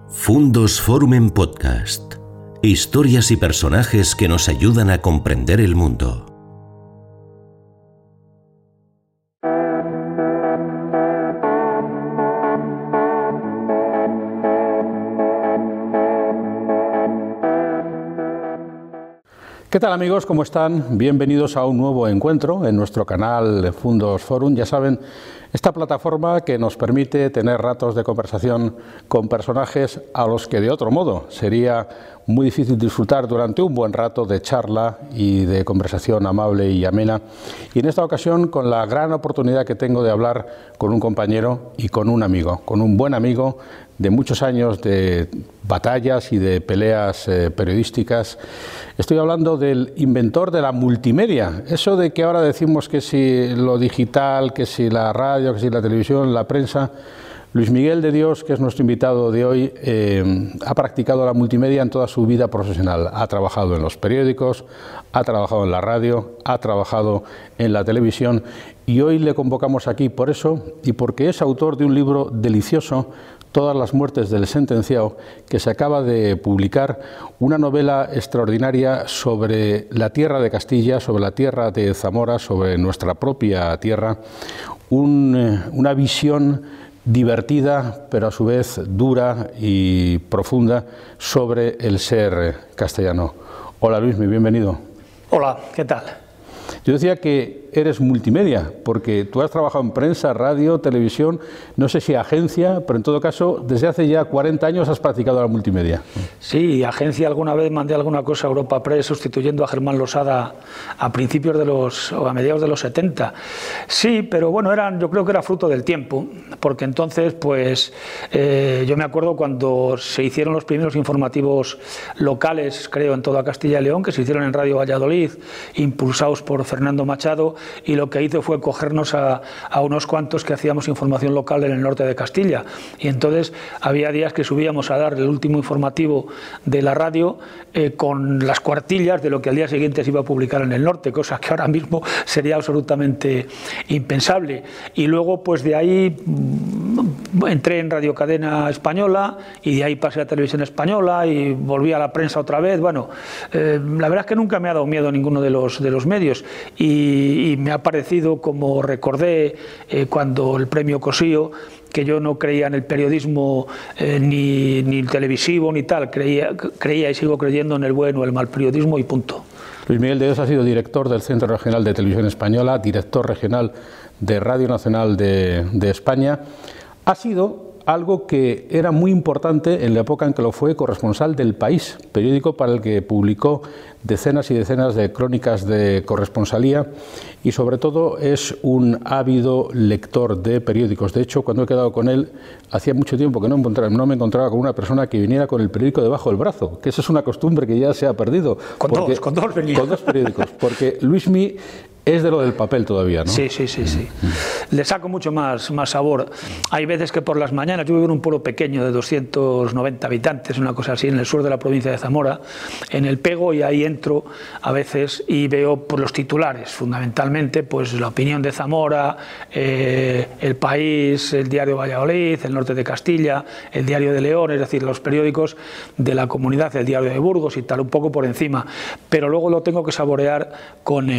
Fundos Forum en Podcast. Historias y personajes que nos ayudan a comprender el mundo. ¿Qué tal amigos? ¿Cómo están? Bienvenidos a un nuevo encuentro en nuestro canal Fundos Forum. Ya saben, esta plataforma que nos permite tener ratos de conversación con personajes a los que de otro modo sería muy difícil disfrutar durante un buen rato de charla y de conversación amable y amena. Y en esta ocasión con la gran oportunidad que tengo de hablar con un compañero y con un amigo, con un buen amigo de muchos años de batallas y de peleas periodísticas. Estoy hablando del inventor de la multimedia. Eso de que ahora decimos que si lo digital, que si la radio, que si la televisión, la prensa. Luis Miguel de Dios, que es nuestro invitado de hoy, ha practicado la multimedia en toda su vida profesional. Ha trabajado en los periódicos, ha trabajado en la radio, ha trabajado en la televisión y hoy le convocamos aquí por eso y porque es autor de un libro delicioso, Todas las muertes del sentenciado, que se acaba de publicar, una novela extraordinaria sobre la tierra de Castilla, sobre la tierra de Zamora, sobre nuestra propia tierra, una visión divertida, pero a su vez dura y profunda sobre el ser castellano. Hola Luis, bienvenido. Hola, ¿qué tal? Yo decía que eres multimedia, porque tú has trabajado en prensa, radio, televisión, no sé si agencia, pero en todo caso, desde hace ya 40 años has practicado la multimedia. Sí, agencia alguna vez mandé alguna cosa a Europa Press sustituyendo a Germán Losada a principios de o a mediados de los 70. Sí, pero bueno, yo creo que era fruto del tiempo, porque entonces, pues, yo me acuerdo cuando se hicieron los primeros informativos locales, creo, en toda Castilla y León, que se hicieron en Radio Valladolid, impulsados por Fernando Machado, y lo que hizo fue cogernos a unos cuantos que hacíamos información local en el norte de Castilla, y entonces había días que subíamos a dar el último informativo de la radio con las cuartillas de lo que al día siguiente se iba a publicar en el norte, cosa que ahora mismo sería absolutamente impensable. Y luego pues de ahí entré en Radio Cadena Española y de ahí pasé a Televisión Española y volví a la prensa otra vez. Bueno, la verdad es que nunca me ha dado miedo ninguno de los medios y me ha parecido, como recordé cuando el premio Cosío, que yo no creía en el periodismo ni televisivo ni tal, creía y sigo creyendo en el buen o el mal periodismo y punto. Luis Miguel de Dios ha sido director del Centro Regional de Televisión Española, director regional de Radio Nacional de España. Ha sido algo que era muy importante en la época en que lo fue corresponsal del País, periódico para el que publicó decenas y decenas de crónicas de corresponsalía y sobre todo es un ávido lector de periódicos. De hecho, cuando he quedado con él, hacía mucho tiempo que no me encontraba con una persona que viniera con el periódico debajo del brazo, que esa es una costumbre que ya se ha perdido. Con dos venía. Con dos periódicos, porque Luismi es de lo del papel todavía, ¿no? Sí. Le saco mucho más sabor. Hay veces que por las mañanas, yo vivo en un pueblo pequeño de 290 habitantes, una cosa así, en el sur de la provincia de Zamora, en el Pego, y ahí entro a veces y veo por los titulares, fundamentalmente, pues La Opinión de Zamora, El País, el Diario de Valladolid, el Norte de Castilla, el Diario de León, es decir, los periódicos de la comunidad, el Diario de Burgos y tal, un poco por encima, pero luego lo tengo que saborear con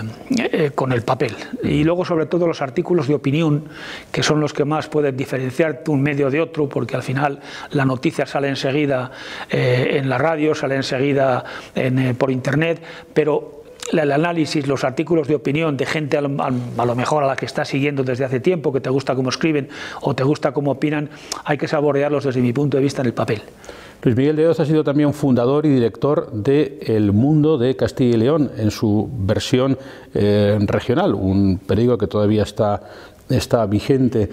el papel. Y luego sobre todo los artículos de opinión, que son los que más pueden diferenciar un medio de otro, porque al final la noticia sale enseguida en la radio, sale enseguida por internet, pero el análisis, los artículos de opinión de gente a lo mejor a la que estás siguiendo desde hace tiempo, que te gusta cómo escriben o te gusta cómo opinan, hay que saborearlos desde mi punto de vista en el papel. Luis Miguel de Dios ha sido también fundador y director de El Mundo de Castilla y León en su versión regional, un periódico que todavía está vigente.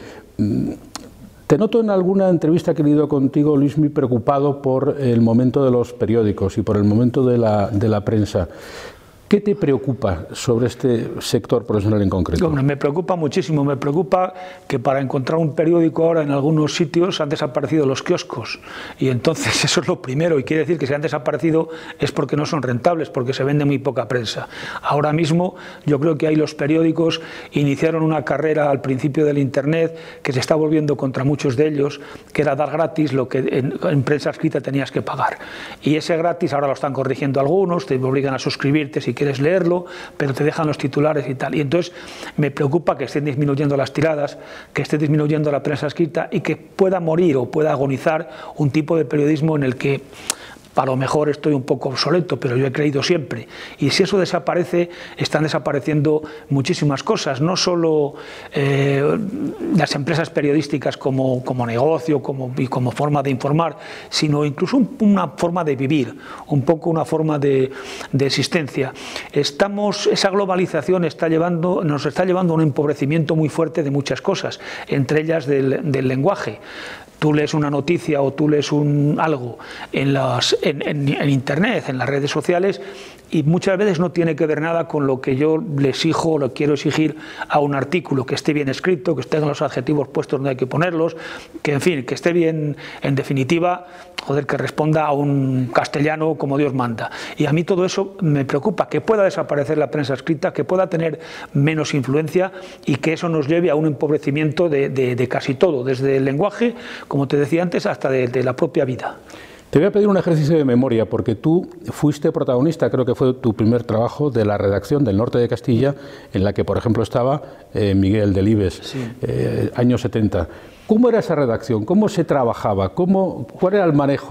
Te noto en alguna entrevista que he leído contigo, Luis, muy preocupado por el momento de los periódicos y por el momento de la prensa. ¿Qué te preocupa sobre este sector profesional en concreto? Bueno, me preocupa muchísimo, me preocupa que para encontrar un periódico ahora en algunos sitios han desaparecido los kioscos, y entonces eso es lo primero, y quiere decir que si han desaparecido es porque no son rentables, porque se vende muy poca prensa. Ahora mismo yo creo que ahí los periódicos iniciaron una carrera al principio del Internet que se está volviendo contra muchos de ellos, que era dar gratis lo que en prensa escrita tenías que pagar, y ese gratis ahora lo están corrigiendo algunos, te obligan a suscribirte si quieres leerlo, pero te dejan los titulares y tal. Y entonces me preocupa que estén disminuyendo las tiradas, que esté disminuyendo la prensa escrita y que pueda morir o pueda agonizar un tipo de periodismo en el que a lo mejor estoy un poco obsoleto, pero yo he creído siempre. Y si eso desaparece, están desapareciendo muchísimas cosas, no solo las empresas periodísticas como negocio y como forma de informar, sino incluso una forma de vivir, un poco una forma de existencia. Esa globalización nos está llevando a un empobrecimiento muy fuerte de muchas cosas, entre ellas del lenguaje. Tú lees una noticia o tú lees algo en Internet, en las redes sociales, y muchas veces no tiene que ver nada con lo que yo le exijo o lo quiero exigir a un artículo, que esté bien escrito, que estén los adjetivos puestos donde hay que ponerlos, que en fin, que esté bien, en definitiva, que responda a un castellano como Dios manda. Y a mí todo eso me preocupa, que pueda desaparecer la prensa escrita, que pueda tener menos influencia y que eso nos lleve a un empobrecimiento de casi todo, desde el lenguaje, como te decía antes, hasta de la propia vida. Te voy a pedir un ejercicio de memoria, porque tú fuiste protagonista, creo que fue tu primer trabajo, de la redacción del Norte de Castilla, en la que, por ejemplo, estaba Miguel Delibes, sí. Años 70. ¿Cómo era esa redacción? ¿Cómo se trabajaba? ¿Cuál era el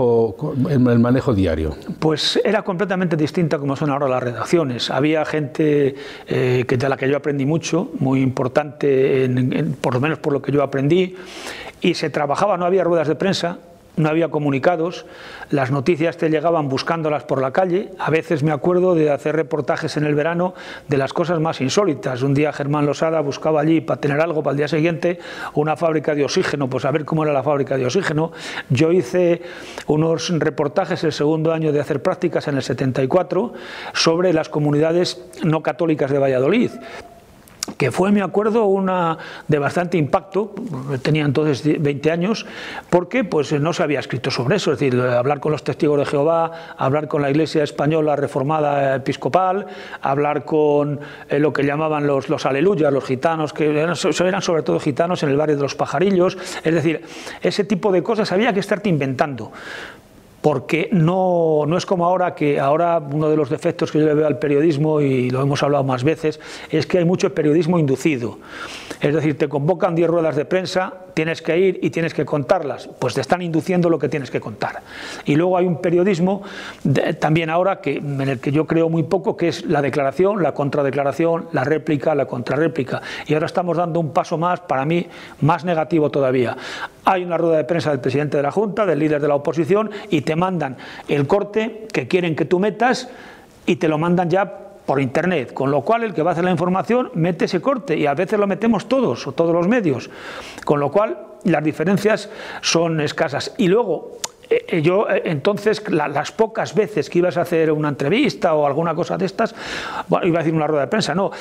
manejo diario? Pues era completamente distinta como son ahora las redacciones. Había gente de la que yo aprendí mucho, muy importante, por lo menos por lo que yo aprendí, y se trabajaba, no había ruedas de prensa, no había comunicados, las noticias te llegaban buscándolas por la calle. A veces me acuerdo de hacer reportajes en el verano de las cosas más insólitas. Un día Germán Losada buscaba allí, para tener algo para el día siguiente, una fábrica de oxígeno, pues a ver cómo era la fábrica de oxígeno. Yo hice unos reportajes el segundo año de hacer prácticas en el 74 sobre las comunidades no católicas de Valladolid, que fue, me acuerdo, una de bastante impacto. Tenía entonces 20 años, porque pues no se había escrito sobre eso, es decir, hablar con los testigos de Jehová, hablar con la Iglesia española reformada episcopal, hablar con lo que llamaban los aleluyas, los gitanos, que eran sobre todo gitanos en el barrio de los Pajarillos, es decir, ese tipo de cosas había que estarte inventando. Porque no es como ahora, que ahora uno de los defectos que yo le veo al periodismo, y lo hemos hablado más veces, es que hay mucho periodismo inducido. Es decir, te convocan 10 ruedas de prensa, tienes que ir y tienes que contarlas, pues te están induciendo lo que tienes que contar. Y luego hay un periodismo también ahora en el que yo creo muy poco, que es la declaración, la contradeclaración, la réplica, la contrarréplica. Y ahora estamos dando un paso más, para mí, más negativo todavía. Hay una rueda de prensa del presidente de la Junta, del líder de la oposición, y te mandan el corte que quieren que tú metas y te lo mandan ya por internet, con lo cual el que va a hacer la información mete ese corte, y a veces lo metemos todos o todos los medios, con lo cual las diferencias son escasas. Y luego yo entonces, las pocas veces que ibas a hacer una entrevista o alguna cosa de estas, bueno, iba a decir una rueda de prensa, no,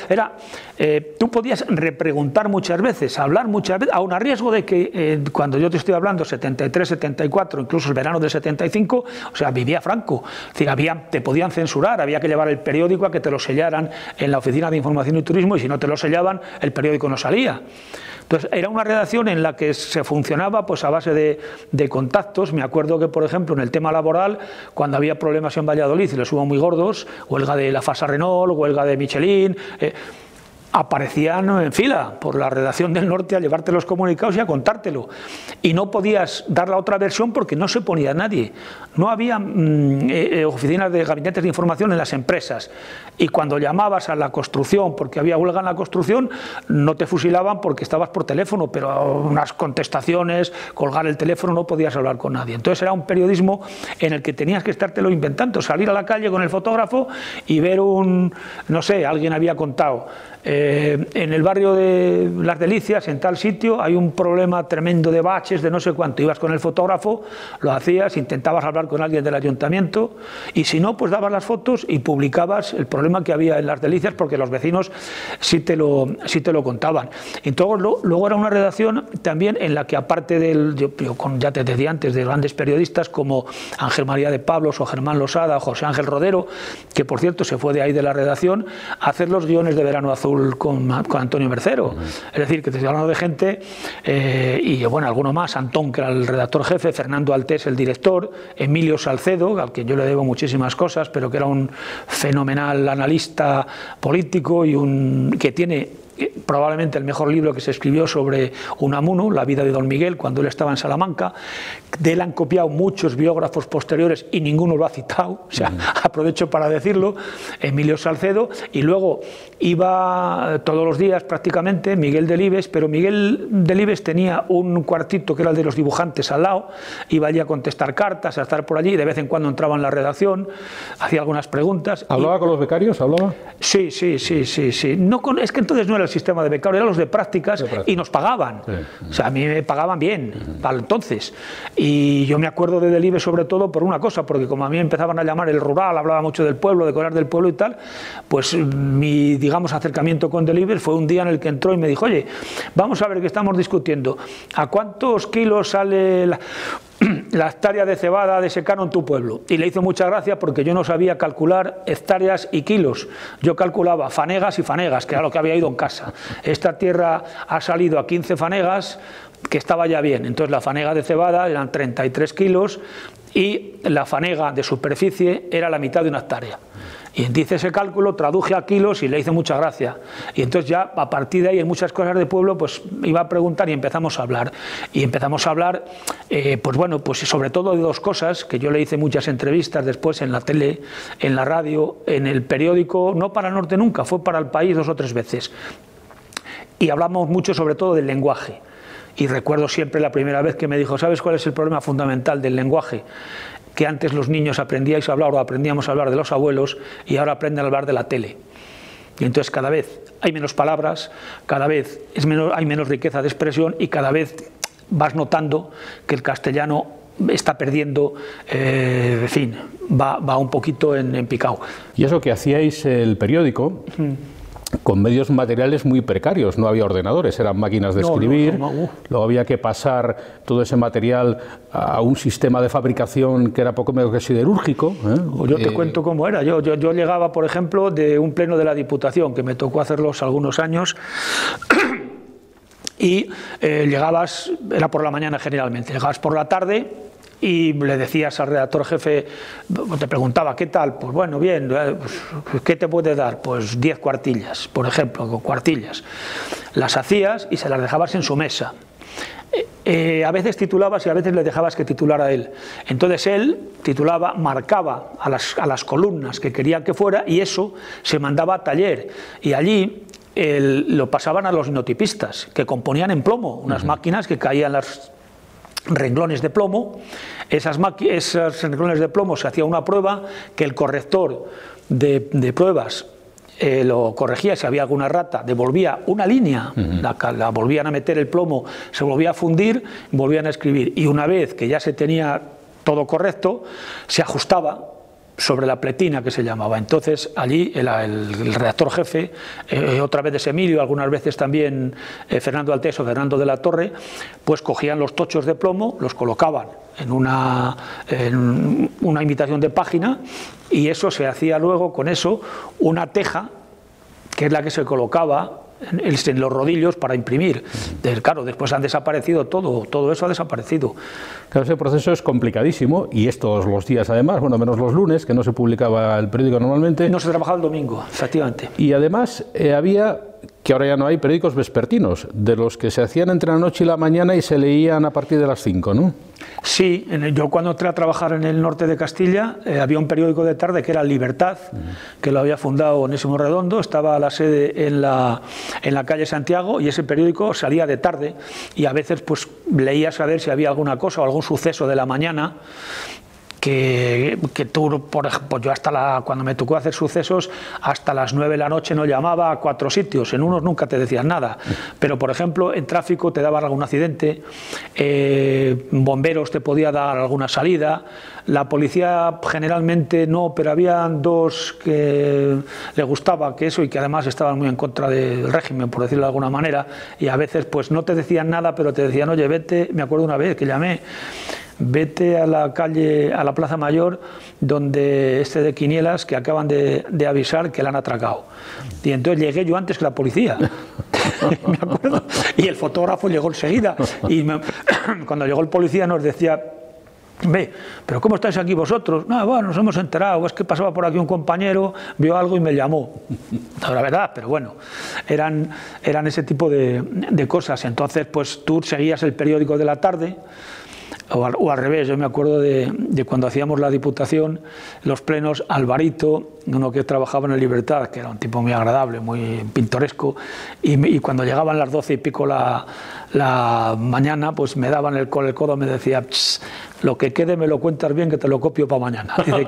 tú podías repreguntar muchas veces, hablar muchas veces, aun a riesgo de que cuando yo te estoy hablando 73, 74, incluso el verano del 75, o sea, vivía Franco, es decir, te podían censurar, había que llevar el periódico a que te lo sellaran en la Oficina de Información y Turismo, y si no te lo sellaban, el periódico no salía. Entonces, era una redacción en la que se funcionaba pues a base de contactos. Me acuerdo que, por ejemplo, en el tema laboral, cuando había problemas en Valladolid y los hubo muy gordos, huelga de la Fasa Renault, huelga de Michelin, aparecían en fila por la redacción del Norte a llevarte los comunicados y a contártelo. Y no podías dar la otra versión porque no se ponía nadie. No había oficinas de gabinetes de información en las empresas. Y cuando llamabas a la construcción, porque había huelga en la construcción, no te fusilaban porque estabas por teléfono, pero unas contestaciones, colgar el teléfono, no podías hablar con nadie. Entonces era un periodismo en el que tenías que estártelo inventando, salir a la calle con el fotógrafo y ver no sé, alguien había contado, en el barrio de Las Delicias, en tal sitio, hay un problema tremendo de baches, de no sé cuánto. Ibas con el fotógrafo, lo hacías, intentabas hablar con alguien del ayuntamiento y si no, pues dabas las fotos y publicabas el problema que había en Las Delicias, porque los vecinos sí te lo contaban. Entonces, luego era una redacción también en la que, aparte ya te decía antes, de grandes periodistas como Ángel María de Pablos o Germán Losada o José Ángel Rodero, que por cierto se fue de ahí de la redacción a hacer los guiones de Verano Azul con Antonio Mercero. Es decir, que te estoy hablando de gente, y bueno, alguno más, Antón, que era el redactor jefe, Fernando Altés, el director, Emilio Salcedo, al que yo le debo muchísimas cosas, pero que era un fenomenal analista político y que tiene probablemente el mejor libro que se escribió sobre Unamuno, la vida de Don Miguel, cuando él estaba en Salamanca. De él han copiado muchos biógrafos posteriores y ninguno lo ha citado, o sea, aprovecho para decirlo, Emilio Salcedo. Y luego iba todos los días prácticamente Miguel Delibes, pero Miguel Delibes tenía un cuartito que era el de los dibujantes al lado, iba allí a contestar cartas, a estar por allí, de vez en cuando entraba en la redacción, hacía algunas preguntas. ¿Hablaba con los becarios? ¿Hablaba? Sí. No es que entonces no era el sistema de becario, eran los de prácticas y nos pagaban. Sí. O sea, a mí me pagaban bien para entonces. Y yo me acuerdo de Delibes sobre todo por una cosa, porque como a mí empezaban a llamar el rural, hablaba mucho del pueblo, de cosas del pueblo y tal, pues mi, digamos, acercamiento con Delibes fue un día en el que entró y me dijo: oye, vamos a ver qué estamos discutiendo, ¿a cuántos kilos sale la hectárea de cebada de secano en tu pueblo? Y le hizo mucha gracia porque yo no sabía calcular hectáreas y kilos, yo calculaba fanegas y fanegas, que era lo que había ido en casa. Esta tierra ha salido a 15 fanegas, que estaba ya bien. Entonces la fanega de cebada eran 33 kilos y la fanega de superficie era la mitad de una hectárea. Y hice ese cálculo, traduje a kilos y le hice mucha gracia. Y entonces ya a partir de ahí, en muchas cosas de pueblo, pues iba a preguntar y empezamos a hablar. Y empezamos a hablar, pues bueno, pues sobre todo de dos cosas, que yo le hice muchas entrevistas después en la tele, en la radio, en el periódico, no para el Norte nunca, fue para El País 2 o 3 veces. Y hablamos mucho sobre todo del lenguaje. Y recuerdo siempre la primera vez que me dijo: ¿sabes cuál es el problema fundamental del lenguaje? Que antes los niños aprendíais a hablar o aprendíamos a hablar de los abuelos y ahora aprenden a hablar de la tele. Y entonces cada vez hay menos palabras, cada vez hay menos riqueza de expresión y cada vez vas notando que el castellano está perdiendo, en fin, va un poquito en picado. Y eso que hacíais el periódico, con medios materiales muy precarios, no había ordenadores, eran máquinas de escribir, luego había que pasar todo ese material a un sistema de fabricación que era poco menos que siderúrgico. Yo te cuento cómo era. Yo llegaba, por ejemplo, de un pleno de la Diputación, que me tocó hacerlos algunos años, y llegabas, era por la mañana generalmente, llegabas por la tarde y le decías al redactor jefe, te preguntaba: ¿qué tal? Pues bueno, bien, pues, ¿qué te puede dar? Pues 10 cuartillas, por ejemplo, cuartillas. Las hacías y se las dejabas en su mesa. A veces titulabas y a veces le dejabas que titulara él. Entonces él titulaba, marcaba a las columnas que quería que fuera y eso se mandaba a taller. Y allí lo pasaban a los linotipistas, que componían en plomo, unas máquinas que caían las renglones de plomo. Esos renglones de plomo se hacía una prueba que el corrector de pruebas lo corregía, si había alguna rata, devolvía una línea, la volvían a meter el plomo, se volvía a fundir, volvían a escribir, y una vez que ya se tenía todo correcto, se ajustaba sobre la pletina, que se llamaba. Entonces allí el redactor jefe, otra vez Emilio, algunas veces también Fernando Altés o Fernando de la Torre, pues cogían los tochos de plomo, los colocaban en una imitación de página, y eso se hacía luego con eso una teja, que es la que se colocaba en los rodillos para imprimir. Claro, después han desaparecido todo eso ha desaparecido. Claro, ese proceso es complicadísimo, y es todos los días además, bueno, menos los lunes, que no se publicaba el periódico normalmente. No se trabajaba el domingo, efectivamente. Y además había, que ahora ya no hay, periódicos vespertinos, de los que se hacían entre la noche y la mañana y se leían a partir de las 5, ¿no? Sí, yo cuando entré a trabajar en el norte de Castilla había un periódico de tarde que era Libertad, que lo había fundado Onésimo Redondo, estaba la sede en la calle Santiago, y ese periódico salía de tarde y a veces pues leías a ver si había alguna cosa o algún suceso de la mañana que tú, por ejemplo, yo cuando me tocó hacer sucesos, hasta las 9 de la noche no llamaba a 4 sitios, en unos nunca te decían nada, pero por ejemplo en tráfico te daban algún accidente, bomberos te podía dar alguna salida, la policía generalmente no, pero había 2 que le gustaba que eso y que además estaban muy en contra del régimen, por decirlo de alguna manera, y a veces pues no te decían nada, pero te decían, oye, vete, me acuerdo una vez que llamé, vete a la calle, a la Plaza Mayor, donde de Quinielas, que acaban de avisar que la han atracado. Y entonces llegué yo antes que la policía. Me acuerdo. Y el fotógrafo llegó enseguida. Y cuando llegó el policía nos decía, ve, pero ¿cómo estáis aquí vosotros? No, bueno, nos hemos enterado, es que pasaba por aquí un compañero, vio algo y me llamó. No, la verdad, pero bueno, eran ese tipo de cosas. Entonces, pues tú seguías el periódico de la tarde, o al revés. Yo me acuerdo de cuando hacíamos la Diputación, los plenos, Alvarito, uno que trabajaba en el Libertad, que era un tipo muy agradable, muy pintoresco, y cuando llegaban las 12 y pico la mañana, pues me daban con el codo, me decía, lo que quede me lo cuentas bien, que te lo copio para mañana. Dice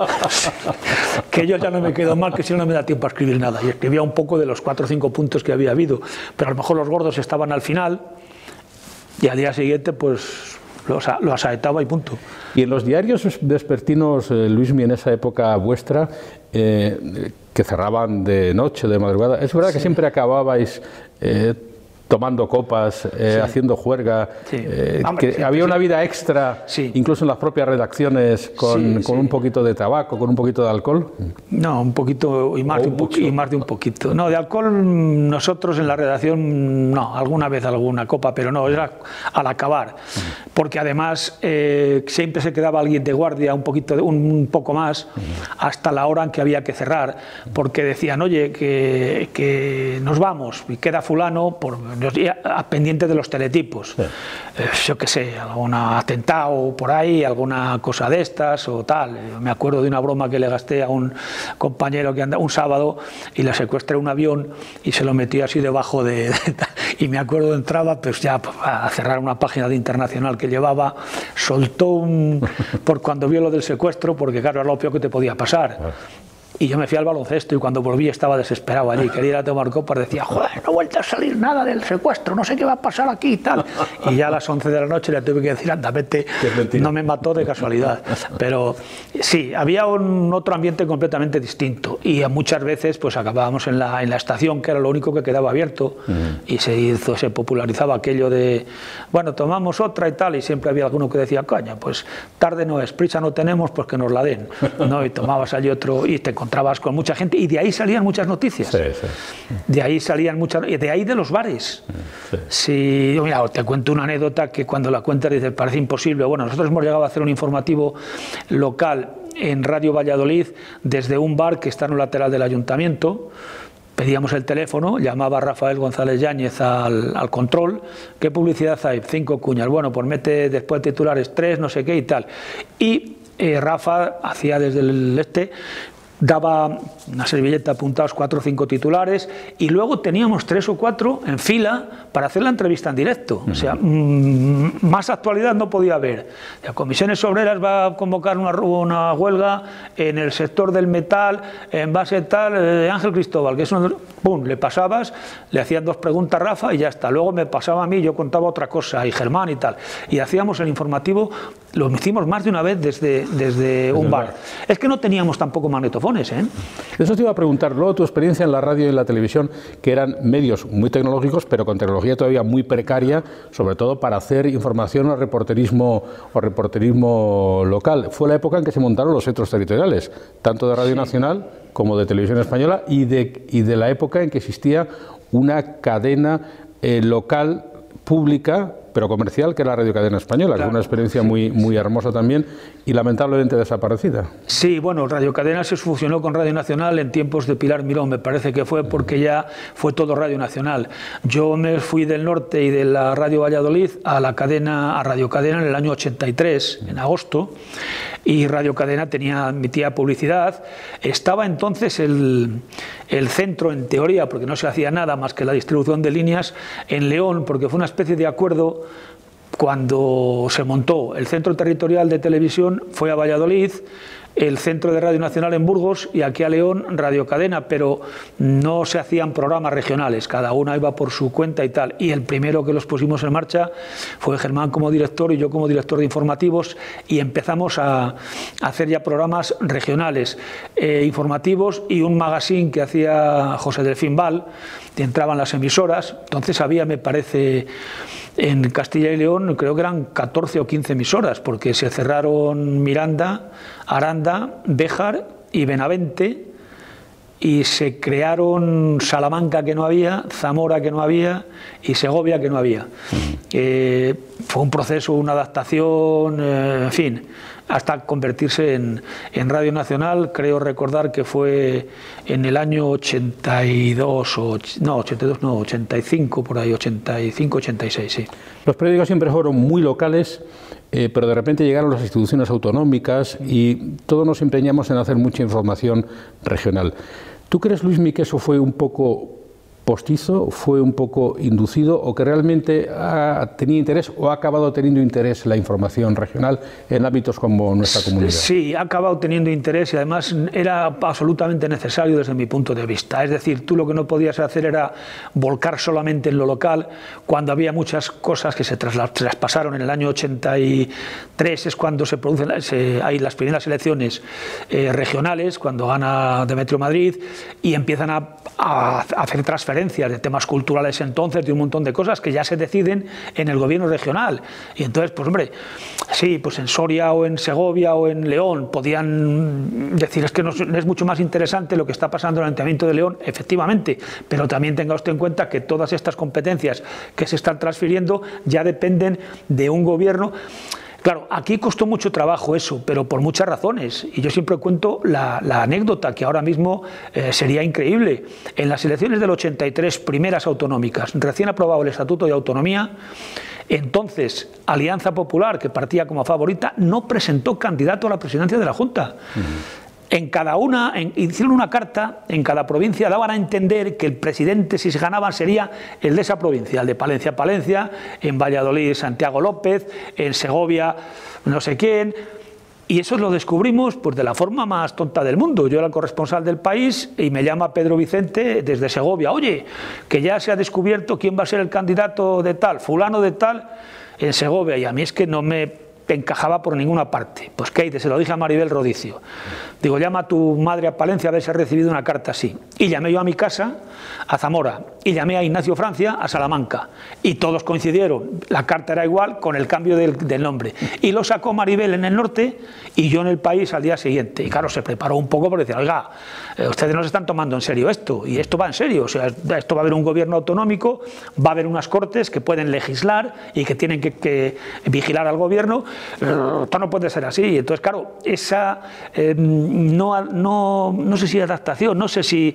que yo ya no me quedo mal, que si no me da tiempo a escribir nada. Y escribía un poco de los 4 o 5 puntos que había habido, pero a lo mejor los gordos estaban al final, y al día siguiente, pues lo asaetaba y punto. Y en los diarios vespertinos, Luismi, en esa época vuestra, que cerraban de noche, de madrugada, es verdad que siempre acababais tomando copas, haciendo juerga, que había una vida extra, incluso en las propias redacciones, con un poquito de tabaco, con un poquito de alcohol. No, un poquito y más de un poquito. No, de alcohol nosotros en la redacción, no, alguna vez alguna copa, pero no, era al acabar, porque además siempre se quedaba alguien de guardia un poco más, hasta la hora en que había que cerrar, porque decían, oye, que nos vamos, y queda fulano pendiente de los teletipos, yo qué sé, algún atentado por ahí, alguna cosa de estas o tal. Me acuerdo de una broma que le gasté a un compañero que andaba un sábado y le secuestré un avión y se lo metí así debajo y me acuerdo, entraba pues ya a cerrar una página de Internacional que llevaba, soltó por cuando vio lo del secuestro, porque claro, era lo peor que te podía pasar. Y yo me fui al baloncesto y cuando volví estaba desesperado allí, quería ir a tomar copas, decía, joder, no ha vuelto a salir nada del secuestro, no sé qué va a pasar aquí y tal. Y ya a las 11 de la noche le tuve que decir, anda, vete, no me mató de casualidad. Pero sí, había otro ambiente completamente distinto y muchas veces pues acabábamos en la estación, que era lo único que quedaba abierto, y se popularizaba aquello de, bueno, tomamos otra y tal, y siempre había alguno que decía, coño, pues tarde no es, prisa no tenemos, pues que nos la den, ¿no? Y tomabas allí otro y te encontrabas con mucha gente y de ahí salían muchas noticias. De ahí salían muchas, de ahí de los bares. Sí, mira, te cuento una anécdota que cuando la cuentas dices, parece imposible. Bueno, nosotros hemos llegado a hacer un informativo local en Radio Valladolid desde un bar que está en un lateral del ayuntamiento. Pedíamos el teléfono, llamaba Rafael González Yáñez al control, ¿qué publicidad hay? 5 cuñas, bueno, pues mete después titulares 3, no sé qué y tal. Y Rafa hacía desde el daba una servilleta apuntados 4 o 5 titulares y luego teníamos 3 o 4 en fila para hacer la entrevista en directo. O sea, más actualidad no podía haber. La Comisiones Obreras va a convocar una huelga en el sector del metal, en base tal, de Ángel Cristóbal, que es uno, pum, le pasabas, le hacían 2 preguntas a Rafa y ya está. Luego me pasaba a mí, yo contaba otra cosa, y Germán y tal. Y hacíamos el informativo, lo hicimos más de una vez desde un bar. Es que no teníamos tampoco magnetofones. Eso te iba a preguntar, luego tu experiencia en la radio y en la televisión, que eran medios muy tecnológicos, pero con tecnología todavía muy precaria, sobre todo para hacer información o reporterismo local. Fue la época en que se montaron los centros territoriales, tanto de Radio Nacional como de Televisión Española, y de la época en que existía una cadena local pública, pero comercial, que era la Radio Cadena Española, que fue una experiencia muy hermosa también y lamentablemente desaparecida. Sí, bueno, Radio Cadena se fusionó con Radio Nacional en tiempos de Pilar Miró, me parece que fue, porque ya fue todo Radio Nacional. Yo me fui del norte y de la Radio Valladolid a Radio Cadena en el año 83, en agosto, y Radio Cadena emitía publicidad. Estaba entonces el centro, en teoría, porque no se hacía nada más que la distribución de líneas, en León, porque fue una especie de acuerdo cuando se montó el Centro Territorial de Televisión fue a Valladolid, el Centro de Radio Nacional en Burgos y aquí a León Radio Cadena, pero no se hacían programas regionales, cada una iba por su cuenta y tal. Y el primero que los pusimos en marcha fue Germán como director y yo como director de informativos, y empezamos a hacer ya programas regionales, informativos, y un magazine que hacía José Delfín Val, que entraban las emisoras. Entonces había, me parece, en Castilla y León creo que eran 14 o 15 emisoras, porque se cerraron Miranda, Aranda, Béjar y Benavente, y se crearon Salamanca, que no había, Zamora, que no había, y Segovia, que no había. Fue un proceso, una adaptación, en fin, hasta convertirse en Radio Nacional. Creo recordar que fue en el año 85, por ahí, 85, 86, sí. Los periódicos siempre fueron muy locales, pero de repente llegaron las instituciones autonómicas y todos nos empeñamos en hacer mucha información regional. ¿Tú crees, Luismi, que eso fue un poco postizo, fue un poco inducido, o que realmente tenía interés o ha acabado teniendo interés la información regional en ámbitos como nuestra comunidad? Sí, ha acabado teniendo interés, y además era absolutamente necesario desde mi punto de vista. Es decir, tú lo que no podías hacer era volcar solamente en lo local, cuando había muchas cosas que se traspasaron. En el año 83 es cuando se producen hay las primeras elecciones regionales, cuando gana Demetrio Madrid, y empiezan a hacer transferencias de temas culturales, entonces, de un montón de cosas que ya se deciden en el gobierno regional. Y entonces, pues hombre, sí, pues en Soria o en Segovia o en León podían decir, es que es mucho más interesante lo que está pasando en el Ayuntamiento de León, efectivamente, pero también tenga usted en cuenta que todas estas competencias que se están transfiriendo ya dependen de un gobierno. Claro, aquí costó mucho trabajo eso, pero por muchas razones. Y yo siempre cuento la anécdota, que ahora mismo sería increíble. En las elecciones del 83, primeras autonómicas, recién aprobado el Estatuto de Autonomía, entonces Alianza Popular, que partía como favorita, no presentó candidato a la presidencia de la Junta. En cada una, hicieron una carta, en cada provincia daban a entender que el presidente, si se ganaban, sería el de esa provincia, el de Palencia, Palencia, en Valladolid, Santiago López, en Segovia, no sé quién. Y eso lo descubrimos pues de la forma más tonta del mundo. Yo era el corresponsal del País y me llama Pedro Vicente desde Segovia. Oye, que ya se ha descubierto quién va a ser el candidato de tal, fulano de tal, en Segovia. Y a mí es que no me encajaba por ninguna parte. Pues Keite, se lo dije a Maribel Rodicio. Digo, llama a tu madre a Palencia a ver si ha recibido una carta así. Y llamé yo a mi casa, a Zamora, y llamé a Ignacio Francia, a Salamanca. Y todos coincidieron. La carta era igual, con el cambio del nombre. Y lo sacó Maribel en el norte y yo en el País al día siguiente. Y claro, se preparó un poco porque decía, oiga, ustedes no se están tomando en serio esto, y esto va en serio. O sea, esto va a haber un gobierno autonómico, va a haber unas cortes que pueden legislar y que tienen que vigilar al gobierno. Esto no puede ser así. Entonces, claro, esa no sé si adaptación, no sé si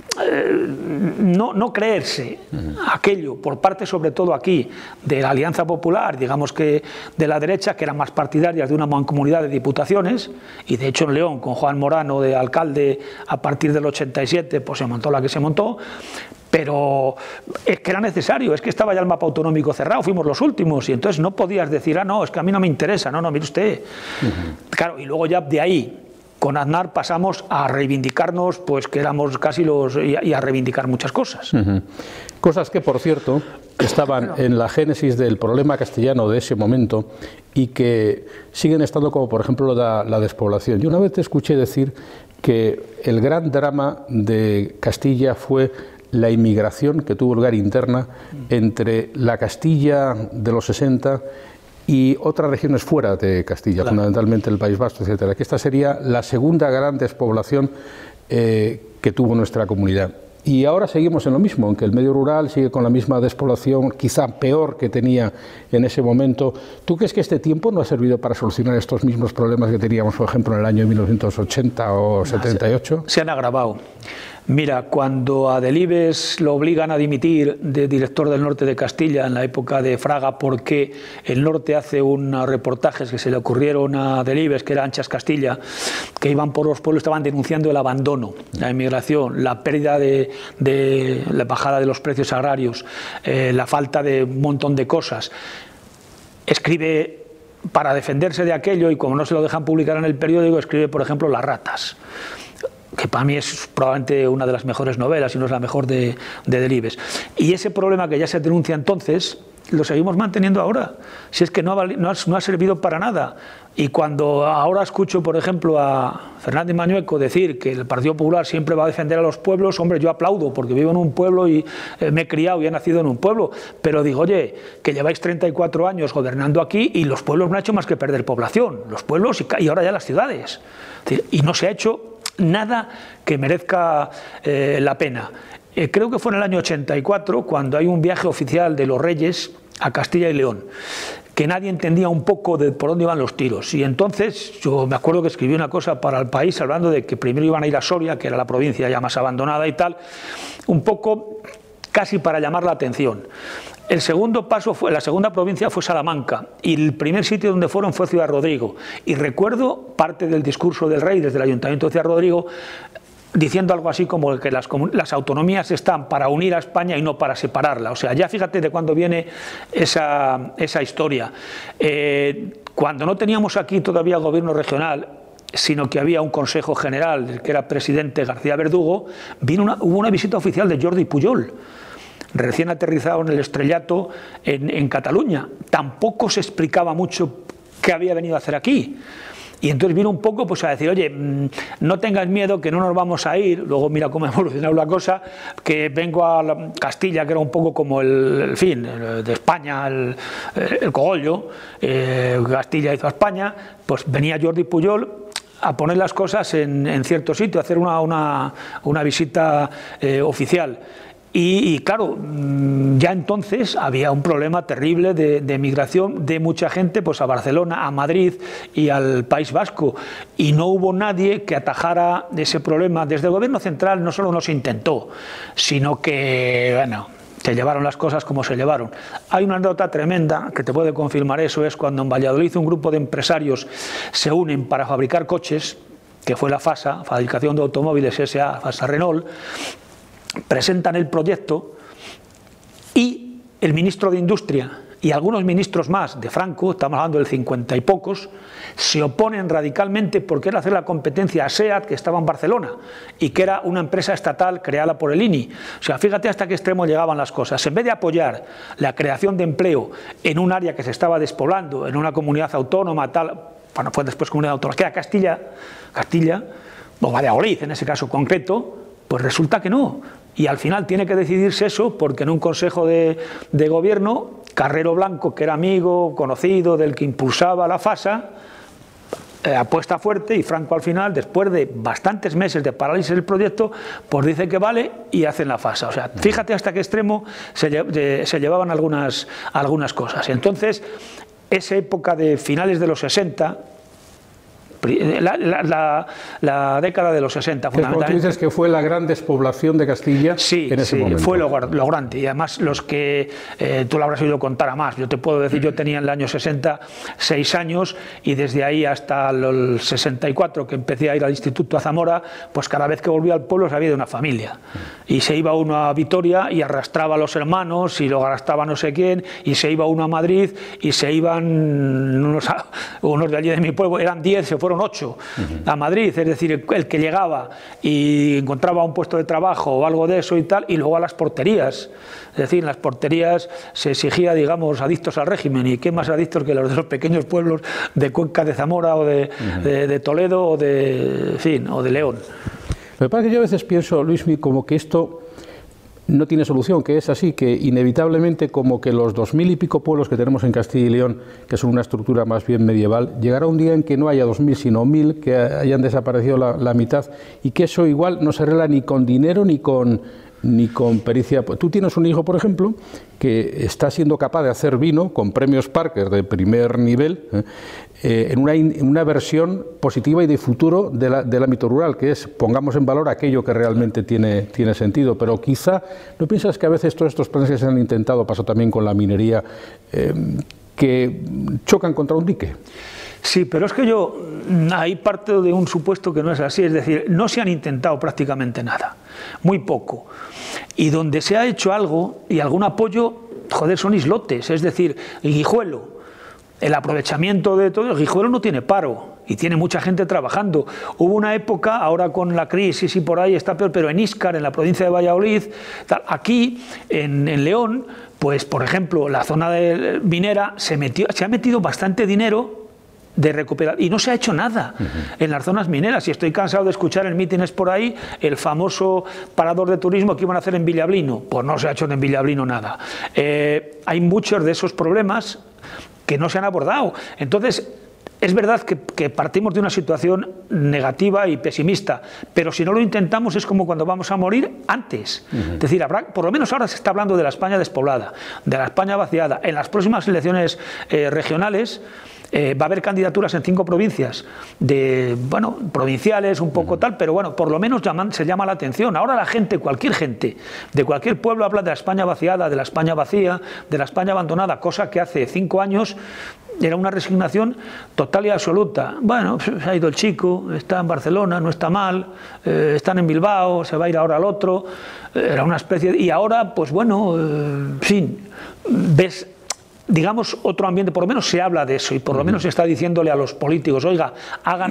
no creerse aquello por parte, sobre todo aquí, de la Alianza Popular, digamos que de la derecha, que eran más partidarias de una mancomunidad de diputaciones, y de hecho en León, con Juan Morano de alcalde a partir del 87, pues se montó la que se montó. Pero es que era necesario, es que estaba ya el mapa autonómico cerrado, fuimos los últimos, y entonces no podías decir, no, es que a mí no me interesa, no, mire usted. Claro, y luego ya de ahí, con Aznar pasamos a reivindicarnos, pues que éramos casi y a reivindicar muchas cosas. Cosas que, por cierto, estaban en la génesis del problema castellano de ese momento y que siguen estando, como por ejemplo la despoblación. Yo una vez te escuché decir que el gran drama de Castilla fue la inmigración que tuvo lugar interna entre la Castilla de los 60 y otras regiones fuera de Castilla, claro, fundamentalmente el País Vasco, etcétera. Que esta sería la segunda gran despoblación que tuvo nuestra comunidad. Y ahora seguimos en lo mismo, aunque el medio rural sigue con la misma despoblación, quizá peor que tenía en ese momento. ¿Tú crees que este tiempo no ha servido para solucionar estos mismos problemas que teníamos, por ejemplo, en el año 1980 o 78? Se han agravado. Mira, cuando a Delibes lo obligan a dimitir de director del norte de Castilla en la época de Fraga, porque el norte hace unos reportajes que se le ocurrieron a Delibes, que era Anchas Castilla, que iban por los pueblos, estaban denunciando el abandono, la inmigración, la pérdida de la bajada de los precios agrarios, la falta de un montón de cosas. escribe para defenderse de aquello, y como no se lo dejan publicar en el periódico, escribe, por ejemplo, Las ratas, que para mí es probablemente una de las mejores novelas, y no es la mejor de Delibes. Y ese problema que ya se denuncia entonces, lo seguimos manteniendo ahora. Si es que no ha servido para nada. Y cuando ahora escucho, por ejemplo, a Fernández Mañueco decir que el Partido Popular siempre va a defender a los pueblos, hombre, yo aplaudo, porque vivo en un pueblo y me he criado y he nacido en un pueblo, pero digo, oye, que lleváis 34 años gobernando aquí y los pueblos no han hecho más que perder población, los pueblos y ahora ya las ciudades. Y no se ha hecho nada que merezca la pena. Creo que fue en el año 84 cuando hay un viaje oficial de los reyes a Castilla y León, que nadie entendía un poco de por dónde iban los tiros, y entonces yo me acuerdo que escribí una cosa para El País hablando de que primero iban a ir a Soria, que era la provincia ya más abandonada y tal, un poco casi para llamar la atención. El segundo paso la segunda provincia fue Salamanca, y el primer sitio donde fueron fue Ciudad Rodrigo, y recuerdo parte del discurso del rey desde el Ayuntamiento de Ciudad Rodrigo diciendo algo así como que las autonomías están para unir a España y no para separarla. O sea, ya fíjate de cuándo viene esa historia. Cuando no teníamos aquí todavía gobierno regional, sino que había un Consejo General del que era presidente García Verdugo, hubo una visita oficial de Jordi Pujol, recién aterrizado en el estrellato en Cataluña. Tampoco se explicaba mucho qué había venido a hacer aquí. Y entonces vino un poco pues a decir, oye, no tengas miedo, que no nos vamos a ir. Luego mira cómo ha evolucionado la cosa, que vengo a Castilla, que era un poco como el fin de España, el cogollo, Castilla hizo a España, pues venía Jordi Pujol a poner las cosas en cierto sitio, a hacer una visita oficial. Y claro, ya entonces había un problema terrible de migración de mucha gente pues a Barcelona, a Madrid y al País Vasco, y no hubo nadie que atajara ese problema. Desde el gobierno central no solo no se intentó, sino que, bueno, se llevaron las cosas como se llevaron. Hay una anécdota tremenda que te puede confirmar eso, es cuando en Valladolid un grupo de empresarios se unen para fabricar coches, que fue la FASA, Fabricación de Automóviles S.A., FASA Renault, presentan el proyecto y el ministro de Industria y algunos ministros más de Franco, estamos hablando del 50 y pocos, se oponen radicalmente porque era hacer la competencia a SEAT, que estaba en Barcelona, y que era una empresa estatal creada por el INI. O sea, fíjate hasta qué extremo llegaban las cosas. En vez de apoyar la creación de empleo en un área que se estaba despoblando, en una comunidad autónoma, tal, bueno, fue después comunidad autónoma, que era Castilla, o Valladolid en ese caso concreto, pues resulta que no. Y al final tiene que decidirse eso, porque en un consejo de gobierno, Carrero Blanco, que era amigo, conocido del que impulsaba la FASA, apuesta fuerte, y Franco al final, después de bastantes meses de parálisis del proyecto, pues dice que vale y hacen la FASA. O sea, fíjate hasta qué extremo se llevaban algunas cosas. Entonces, esa época de finales de los 60, la década de los 60, fundamentalmente. Tú dices que fue la gran despoblación de Castilla en ese momento. Sí, fue lo grande. Y además los que tú lo habrás oído contar a más. Yo te puedo decir, yo tenía en el año 60 6 años, y desde ahí hasta el 64, que empecé a ir al instituto a Zamora, pues cada vez que volvía al pueblo sabía de una familia. Y se iba uno a Vitoria y arrastraba a los hermanos, y lo arrastraba no sé quién, y se iba uno a Madrid, y se iban unos de allí de mi pueblo, eran 10, se fueron 8 a Madrid, es decir, el que llegaba y encontraba un puesto de trabajo o algo de eso y tal, y luego a las porterías. Es decir, en las porterías se exigía, digamos, adictos al régimen, y qué más adictos que los de los pequeños pueblos de Cuenca, de Zamora o de Toledo o de León. Me parece que yo a veces pienso, Luismi, como que esto no tiene solución, que es así, que inevitablemente como que los 2000 y pico pueblos que tenemos en Castilla y León, que son una estructura más bien medieval, llegará un día en que no haya 2000 sino 1000, que hayan desaparecido la mitad, y que eso igual no se arregla ni con dinero ni con pericia. Tú tienes un hijo, por ejemplo, que está siendo capaz de hacer vino con premios Parker de primer nivel, en una versión positiva y de futuro del ámbito rural, que es pongamos en valor aquello que realmente tiene sentido. Pero quizá, ¿no piensas que a veces todos estos planes que se han intentado, pasó también con la minería, que chocan contra un dique? Sí, pero es que ahí parto de un supuesto que no es así, es decir, no se han intentado prácticamente nada, muy poco, y donde se ha hecho algo y algún apoyo, joder, son islotes, es decir, Guijuelo, el aprovechamiento de todo. El Guijuelo no tiene paro y tiene mucha gente trabajando. Hubo una época, ahora con la crisis y por ahí está peor, pero en Íscar, en la provincia de Valladolid, tal, aquí en León, pues por ejemplo, la zona de minera se ha metido bastante dinero de recuperar, y no se ha hecho nada en las zonas mineras. Y estoy cansado de escuchar en mítines por ahí el famoso parador de turismo que iban a hacer en Villablino. Pues no se ha hecho en Villablino nada. Hay muchos de esos problemas que no se han abordado. Entonces, es verdad que partimos de una situación negativa y pesimista, pero si no lo intentamos es como cuando vamos a morir antes. Es decir, por lo menos ahora se está hablando de la España despoblada, de la España vaciada. En las próximas elecciones regionales va a haber candidaturas en 5 provincias, provinciales, un poco tal, pero bueno, por lo menos se llama la atención. Ahora la gente, cualquier gente, de cualquier pueblo habla de la España vaciada, de la España vacía, de la España abandonada, cosa que hace 5 años era una resignación total y absoluta. Bueno, se ha ido el chico, está en Barcelona, no está mal, están en Bilbao, se va a ir ahora al otro, era una especie de... Y ahora, pues bueno, en fin, ves... digamos, otro ambiente, por lo menos se habla de eso y por lo menos se está diciéndole a los políticos, oiga, hagan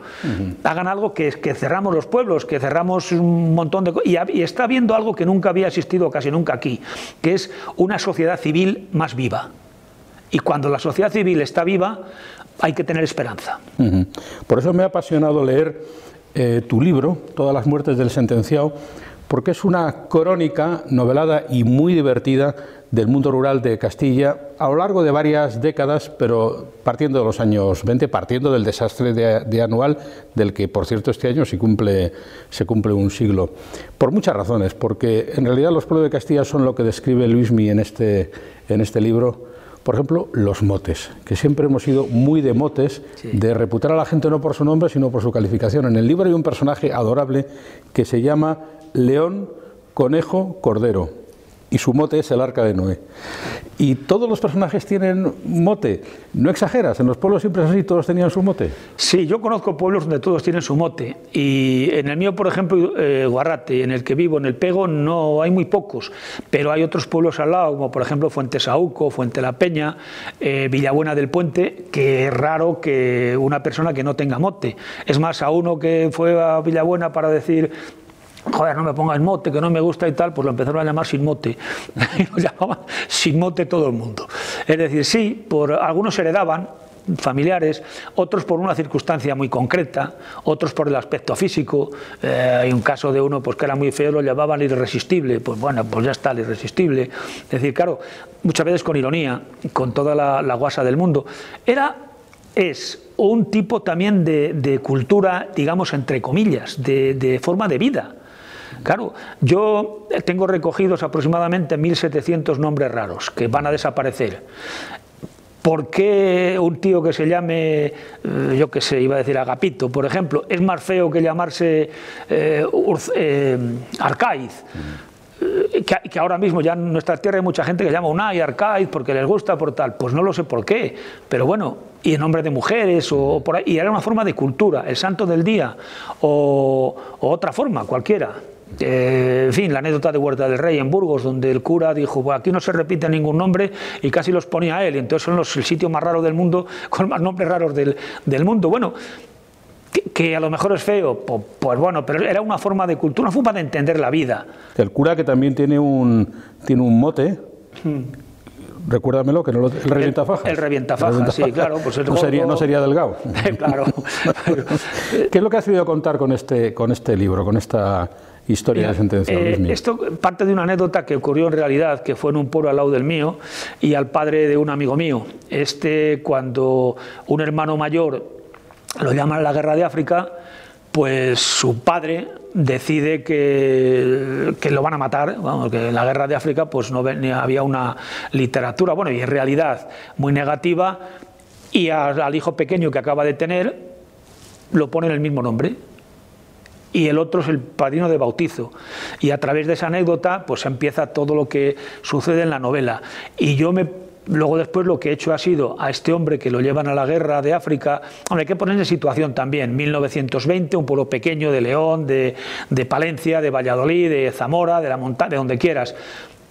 algo que cerramos los pueblos, que cerramos un montón de cosas, y está habiendo algo que nunca había existido casi nunca aquí, que es una sociedad civil más viva. Y cuando la sociedad civil está viva, hay que tener esperanza. Por eso me ha apasionado leer tu libro, Todas las muertes del sentenciado, porque es una crónica novelada y muy divertida del mundo rural de Castilla a lo largo de varias décadas, pero partiendo de los años 20, partiendo del desastre de Anual, del que, por cierto, este año se cumple un siglo. Por muchas razones, porque en realidad los pueblos de Castilla son lo que describe Luismi en este libro. Por ejemplo, los motes, que siempre hemos sido muy de motes, sí, de reputar a la gente no por su nombre, sino por su calificación. En el libro hay un personaje adorable que se llama León, Conejo, Cordero, y su mote es el Arca de Noé. Y todos los personajes tienen mote. ¿No exageras? ¿En los pueblos siempre es así? ¿Todos tenían su mote? Sí, yo conozco pueblos donde todos tienen su mote. Y en el mío, por ejemplo, Guarrate, en el que vivo, en el Pego, no hay muy pocos. Pero hay otros pueblos al lado, como por ejemplo Fuentesauco, Fuente la Peña, Villabuena del Puente, que es raro que una persona que no tenga mote. Es más, a uno que fue a Villabuena para decir... joder, no me pongas mote, que no me gusta y tal, pues lo empezaron a llamar sin mote. Y lo llamaban sin mote todo el mundo. Es decir, sí, algunos heredaban, familiares, otros por una circunstancia muy concreta, otros por el aspecto físico. Hay un caso de uno pues que era muy feo, lo llamaban irresistible, pues bueno, pues ya está el irresistible. Es decir, claro, muchas veces con ironía, con toda la guasa del mundo. Es un tipo también de cultura, digamos, entre comillas, de forma de vida. Claro, yo tengo recogidos aproximadamente 1.700 nombres raros que van a desaparecer. ¿Por qué un tío que se llame, yo qué sé, iba a decir Agapito, por ejemplo, es más feo que llamarse Arcaiz? Que ahora mismo ya en nuestra tierra hay mucha gente que llama Unai, Arcaiz, porque les gusta por tal. Pues no lo sé por qué, pero bueno, y en nombre de mujeres, o por ahí, y era una forma de cultura, el santo del día, o otra forma, cualquiera. En fin, la anécdota de Huerta del Rey en Burgos, donde el cura dijo, pues aquí no se repite ningún nombre, y casi los ponía a él, y entonces son el sitio más raro del mundo, con más nombres raros del mundo. Bueno, que a lo mejor es feo, pues bueno, pero era una forma de cultura, una forma de entender la vida. El cura, que también tiene un mote, recuérdamelo, que no el revientafajas. El revientafajas, sí, claro. Pues el no sería delgado. Claro. ¿Qué es lo que has querido contar con este libro, con esta historia de sentencia? Esto parte de una anécdota que ocurrió en realidad, que fue en un pueblo al lado del mío, y al padre de un amigo mío. Cuando un hermano mayor lo llaman a la guerra de África, pues su padre decide que lo van a matar. Vamos, que en la guerra de África pues no había una literatura, bueno, y en realidad muy negativa, y al hijo pequeño que acaba de tener lo ponen el mismo nombre, y el otro es el padrino de bautizo, y a través de esa anécdota pues empieza todo lo que sucede en la novela. Y luego después lo que he hecho ha sido a este hombre que lo llevan a la guerra de África. Hombre, hay que ponerle situación también, 1920, un pueblo pequeño de León, de Palencia, de Valladolid, de Zamora, de la montaña, de donde quieras.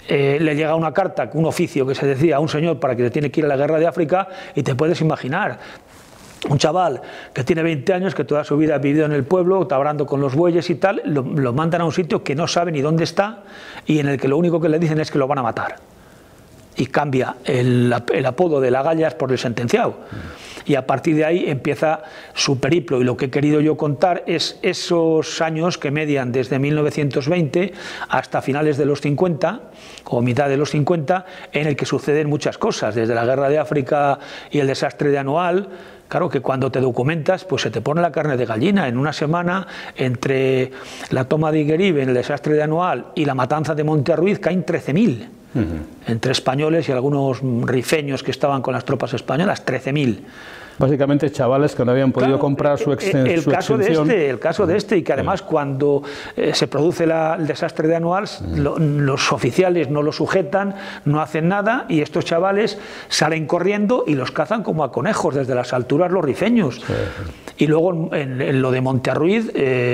le llega una carta, un oficio que se decía a un señor para que se tiene que ir a la guerra de África, y te puedes imaginar un chaval que tiene 20 años, que toda su vida ha vivido en el pueblo, tabrando con los bueyes y tal, lo mandan a un sitio que no sabe ni dónde está y en el que lo único que le dicen es que lo van a matar. Y cambia el apodo de Lagallas por el sentenciado. Y a partir de ahí empieza su periplo, y lo que he querido yo contar es esos años que median desde 1920 hasta finales de los 50 o mitad de los 50, en el que suceden muchas cosas, desde la guerra de África y el desastre de Anual. Claro que cuando te documentas, pues se te pone la carne de gallina. En una semana, entre la toma de Higuerive, el desastre de Anual y la matanza de Monterruiz, caen 13.000. Entre españoles y algunos rifeños que estaban con las tropas españolas, 13.000. Básicamente chavales que no habían podido comprar su extensión. El caso de este, y que además cuando se produce el desastre de Anual, los oficiales no lo sujetan, no hacen nada, y estos chavales salen corriendo y los cazan como a conejos desde las alturas los rifeños. Y luego en lo de Monterruiz,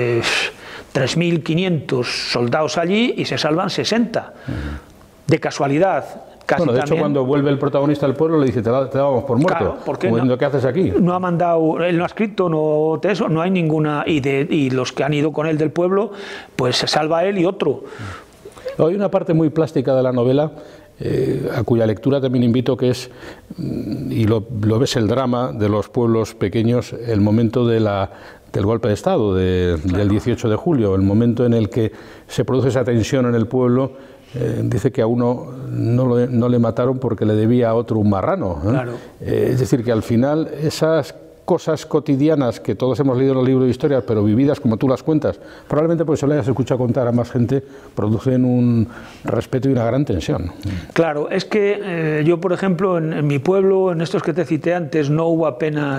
3.500 soldados allí y se salvan 60. De casualidad. Bueno, de hecho, cuando vuelve el protagonista al pueblo le dice, te damos por muerto. Claro, porque ¿Qué haces aquí? No ha mandado, él no ha escrito, no hay ninguna, y los que han ido con él del pueblo, pues se salva él y otro. Hay una parte muy plástica de la novela, a cuya lectura también invito, que es, y lo ves, el drama de los pueblos pequeños, el momento del golpe de Estado del 18 de julio, el momento en el que se produce esa tensión en el pueblo. Dice que a uno no le mataron porque le debía a otro un marrano. Claro. Es decir, que al final esas cosas cotidianas que todos hemos leído en los libros de historia, pero vividas como tú las cuentas, probablemente porque se lo hayas escuchado contar a más gente, producen un respeto y una gran tensión. Claro, es que yo, por ejemplo, en mi pueblo, en estos que te cité antes, no hubo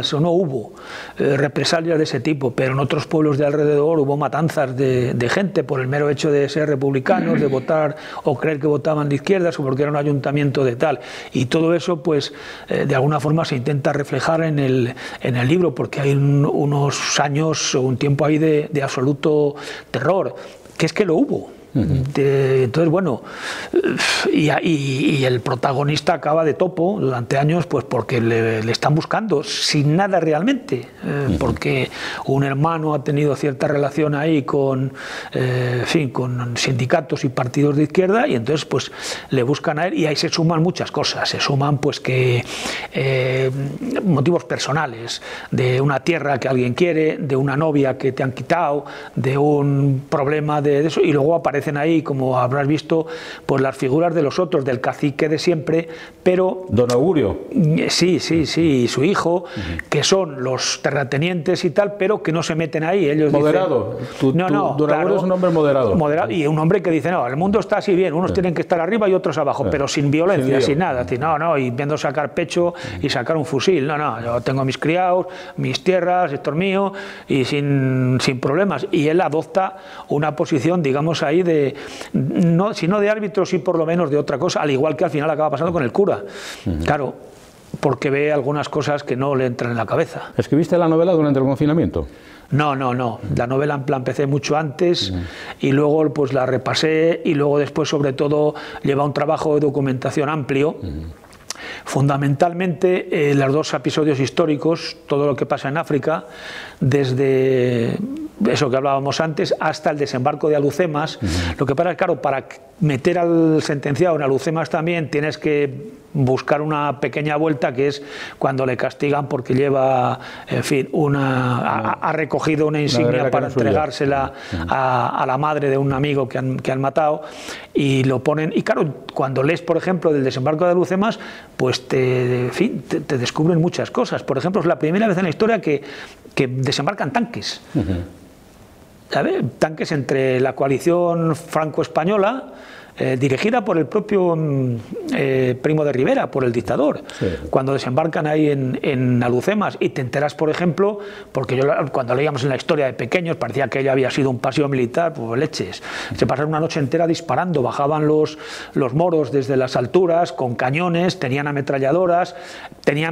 represalias de ese tipo, pero en otros pueblos de alrededor hubo matanzas de gente por el mero hecho de ser republicanos, de votar o creer que votaban de izquierdas, o porque era un ayuntamiento de tal. Y todo eso, pues, de alguna forma se intenta reflejar en el libro, porque hay unos años o un tiempo ahí de absoluto terror, que es que lo hubo. Entonces, bueno, y el protagonista acaba de topo durante años, pues porque le están buscando sin nada realmente, porque un hermano ha tenido cierta relación ahí con sindicatos y partidos de izquierda, y entonces pues le buscan a él, y ahí se suman muchas cosas. Se suman pues que motivos personales, de una tierra que alguien quiere, de una novia que te han quitado, de un problema de eso, y luego aparecen ahí, como habrás visto, pues las figuras de los otros, del cacique de siempre, pero... Don Augurio. Sí, y su hijo, que son los terratenientes y tal, pero que no se meten ahí. Ellos moderado. Dicen, Don Augurio es un hombre moderado. Y un hombre que dice, no, el mundo está así bien, unos tienen que estar arriba y otros abajo, pero sin violencia, sin nada. Y viendo sacar pecho y sacar un fusil. Yo tengo mis criados, mis tierras, esto es mío, y sin problemas. Y él adopta una posición, digamos, ahí si no de árbitro, sí por lo menos de otra cosa, al igual que al final acaba pasando con el cura. Claro, porque ve algunas cosas que no le entran en la cabeza. ¿Escribiste la novela durante el confinamiento? No. La novela la empecé mucho antes y luego pues la repasé, y luego después, sobre todo, lleva un trabajo de documentación amplio. Fundamentalmente los dos episodios históricos, todo lo que pasa en África, desde eso que hablábamos antes hasta el desembarco de Alhucemas. Lo que pasa es, claro, para meter al sentenciado en Alhucemas también tienes que buscar una pequeña vuelta, que es cuando le castigan porque lleva, en fin, ha recogido una insignia para entregársela a la madre de un amigo que han matado, y lo ponen. Y claro, cuando lees, por ejemplo, del desembarco de Alhucemas, pues te descubren muchas cosas. Por ejemplo, es la primera vez en la historia que desembarcan tanques. ¿Sabes? Tanques entre la coalición franco-española, dirigida por el propio Primo de Rivera, por el dictador. Cuando desembarcan ahí en Alhucemas, y te enteras, por ejemplo, porque cuando leíamos en la historia de pequeños parecía que ella había sido un paseo militar, pues leches. Se pasaron una noche entera disparando, bajaban los moros desde las alturas con cañones, tenían ametralladoras, tenían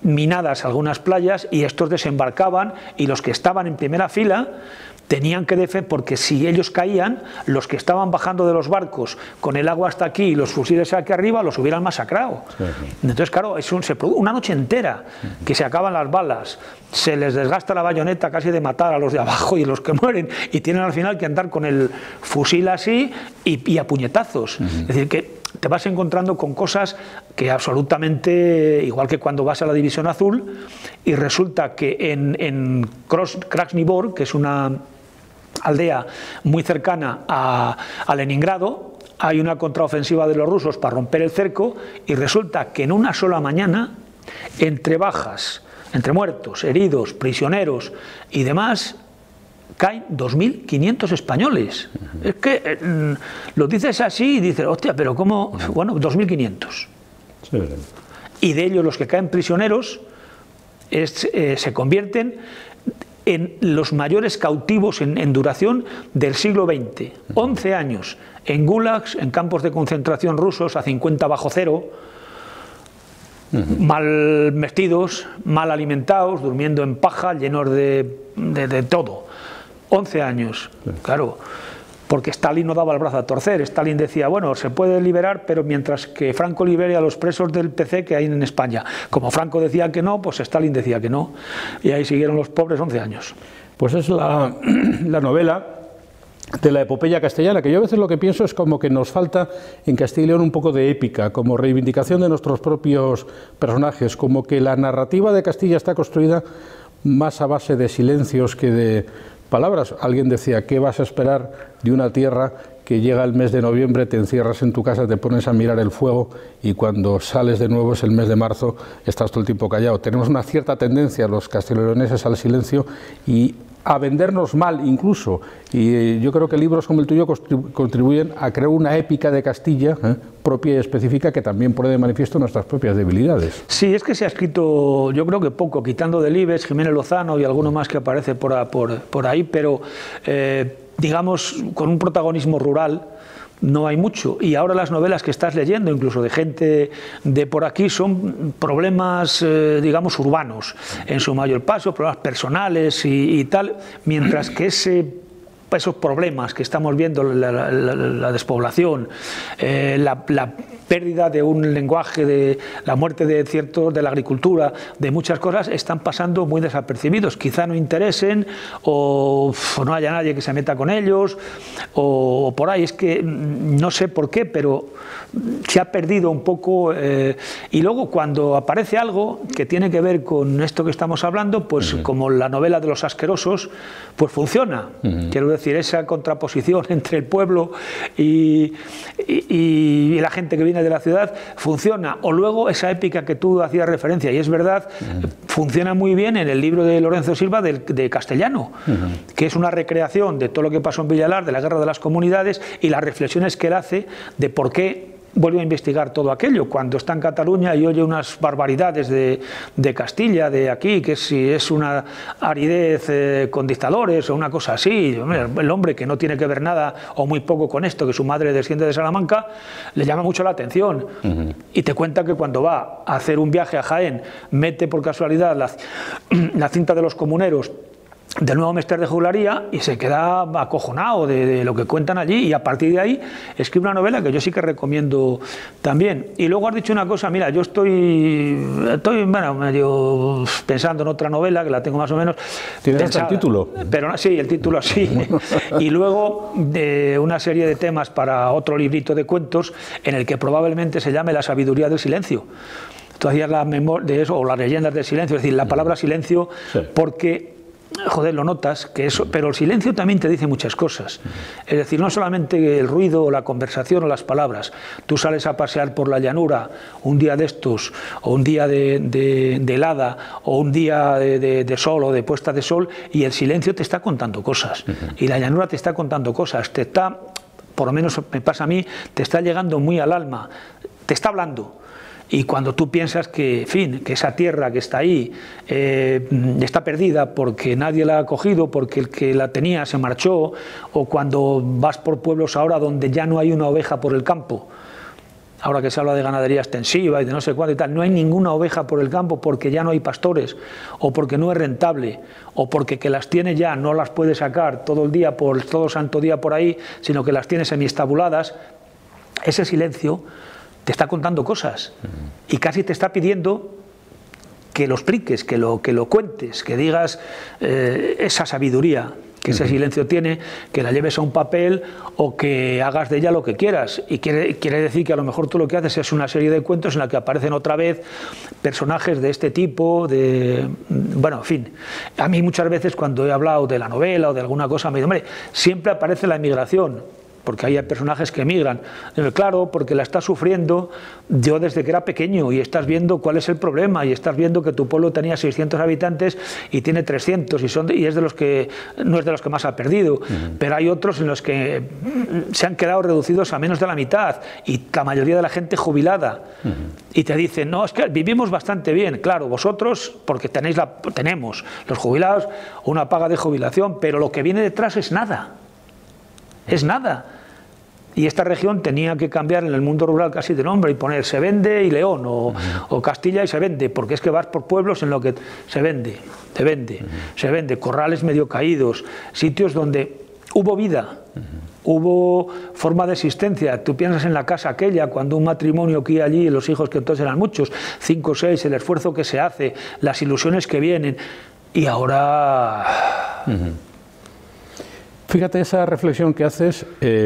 minadas algunas playas y estos desembarcaban y los que estaban en primera fila tenían que defender, porque si ellos caían, los que estaban bajando de los barcos con el agua hasta aquí y los fusiles aquí arriba los hubieran masacrado. Entonces, claro, se produce una noche entera que se acaban las balas, se les desgasta la bayoneta casi de matar a los de abajo y los que mueren, y tienen al final que andar con el fusil así y a puñetazos. Es decir, que te vas encontrando con cosas que absolutamente, igual que cuando vas a la División Azul, y resulta que en Krasny Bor, que es una aldea muy cercana a Leningrado, hay una contraofensiva de los rusos para romper el cerco, y resulta que en una sola mañana, entre bajas, entre muertos, heridos, prisioneros y demás, caen 2.500 españoles. Es que lo dices así y dices, hostia, pero ¿cómo? Bueno, 2.500. Sí. Y de ellos los que caen prisioneros se convierten en los mayores cautivos en duración del siglo XX. 11 años en gulags, en campos de concentración rusos a 50 bajo cero, mal vestidos, mal alimentados, durmiendo en paja, llenos de todo. 11 años, claro, porque Stalin no daba el brazo a torcer. Stalin decía, bueno, se puede liberar, pero mientras que Franco libere a los presos del PC que hay en España. Como Franco decía que no, pues Stalin decía que no. Y ahí siguieron los pobres 11 años. Pues es la novela de la epopeya castellana, que yo a veces lo que pienso es como que nos falta en Castilla y León un poco de épica, como reivindicación de nuestros propios personajes, como que la narrativa de Castilla está construida más a base de silencios que de palabras. Alguien decía, ¿qué vas a esperar de una tierra que llega el mes de noviembre, te encierras en tu casa, te pones a mirar el fuego y cuando sales de nuevo es el mes de marzo, estás todo el tiempo callado? Tenemos una cierta tendencia los castellanoleoneses al silencio y a vendernos mal incluso, y yo creo que libros como el tuyo contribuyen a crear una épica de Castilla propia y específica que también pone de manifiesto nuestras propias debilidades. Sí, es que se ha escrito, yo creo que poco, quitando Delibes, Jiménez Lozano y alguno más que aparece por ahí, pero digamos con un protagonismo rural no hay mucho. Y ahora las novelas que estás leyendo, incluso de gente de por aquí, son problemas, digamos, urbanos, en su mayor paso, problemas personales y tal, mientras que esos problemas que estamos viendo, la despoblación, la pérdida de un lenguaje, de la muerte de la agricultura, de muchas cosas, están pasando muy desapercibidos. Quizá no interesen o no haya nadie que se meta con ellos o por ahí. Es que no sé por qué, pero se ha perdido un poco. Y luego cuando aparece algo que tiene que ver con esto que estamos hablando, pues como la novela de los asquerosos, pues funciona. Quiero decir, esa contraposición entre el pueblo y la gente que viene de la ciudad funciona. O luego esa épica que tú hacías referencia, y es verdad, funciona muy bien en el libro de Lorenzo Silva de Castellano, que es una recreación de todo lo que pasó en Villalar, de la guerra de las comunidades y las reflexiones que él hace de por qué vuelve a investigar todo aquello, cuando está en Cataluña y oye unas barbaridades de Castilla, de aquí, que si es una aridez con dictadores o una cosa así. El hombre que no tiene que ver nada o muy poco con esto, que su madre desciende de Salamanca, le llama mucho la atención. Y te cuenta que cuando va a hacer un viaje a Jaén, mete por casualidad la cinta de los comuneros del nuevo Mester de Juglaría y se queda acojonado de lo que cuentan allí, y a partir de ahí escribe una novela que yo sí que recomiendo también. Y luego has dicho una cosa, mira, yo estoy bueno, medio pensando en otra novela que la tengo más o menos. ¿Tienes hasta el título? Pero sí, el título sí. Y luego de una serie de temas para otro librito de cuentos en el que probablemente se llame La sabiduría del silencio. Tú hacías la memoria de eso, o las leyendas del silencio, es decir, la palabra silencio, porque joder, lo notas, que eso, pero el silencio también te dice muchas cosas. Es decir, no solamente el ruido o la conversación o las palabras. Tú sales a pasear por la llanura un día de estos, o un día de helada, o un día de sol o de puesta de sol, y el silencio te está contando cosas. Y la llanura te está contando cosas. Te está, por lo menos me pasa a mí, te está llegando muy al alma. Te está hablando. Y cuando tú piensas que, en fin, que esa tierra que está ahí está perdida porque nadie la ha cogido, porque el que la tenía se marchó, o cuando vas por pueblos ahora donde ya no hay una oveja por el campo, ahora que se habla de ganadería extensiva y de no sé cuánto y tal, no hay ninguna oveja por el campo porque ya no hay pastores, o porque no es rentable, o porque que las tiene ya no las puede sacar todo el día, todo santo día por ahí, sino que las tiene semiestabuladas, ese silencio te está contando cosas y casi te está pidiendo que lo expliques, que lo cuentes, que digas esa sabiduría que ese silencio tiene, que la lleves a un papel o que hagas de ella lo que quieras. Y quiere decir que a lo mejor tú lo que haces es una serie de cuentos en la que aparecen otra vez personajes de este tipo, bueno, en fin. A mí muchas veces cuando he hablado de la novela o de alguna cosa me dicen, hombre, siempre aparece la emigración, porque hay personajes que emigran. Claro, porque la estás sufriendo yo desde que era pequeño y estás viendo cuál es el problema y estás viendo que tu pueblo tenía 600 habitantes y tiene 300 y es de los que no es de los que más ha perdido, pero hay otros en los que se han quedado reducidos a menos de la mitad y la mayoría de la gente jubilada y te dicen, no, es que vivimos bastante bien. Claro, vosotros, porque tenemos los jubilados una paga de jubilación, pero lo que viene detrás es nada. Es nada. Y esta región tenía que cambiar en el mundo rural casi de nombre y poner se vende y León o Castilla y se vende, porque es que vas por pueblos en lo que se vende, se vende, corrales medio caídos, sitios donde hubo vida, hubo forma de existencia. Tú piensas en la casa aquella, cuando un matrimonio que iba allí, los hijos que entonces eran muchos, 5 o 6, el esfuerzo que se hace, las ilusiones que vienen, y ahora... Fíjate esa reflexión que haces,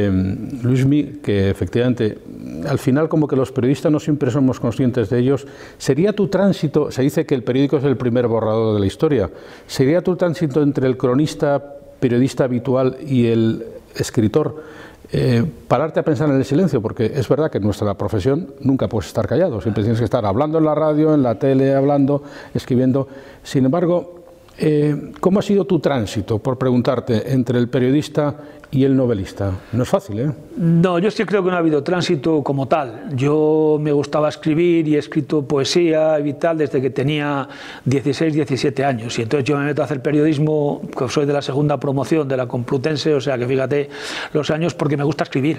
Luismi, que efectivamente al final como que los periodistas no siempre somos conscientes de ellos. ¿Sería tu tránsito, se dice que el periódico es el primer borrador de la historia, sería tu tránsito entre el cronista, periodista habitual y el escritor, pararte a pensar en el silencio? Porque es verdad que en nuestra profesión nunca puedes estar callado, siempre tienes que estar hablando en la radio, en la tele, hablando, escribiendo. Sin embargo, ¿cómo ha sido tu tránsito, por preguntarte, entre el periodista y el novelista? No es fácil, ¿eh? No, yo sí creo que no ha habido tránsito como tal. Yo me gustaba escribir y he escrito poesía y tal desde que tenía 16, 17 años. Y entonces yo me meto a hacer periodismo, que soy de la segunda promoción de la Complutense, o sea que fíjate los años, porque me gusta escribir.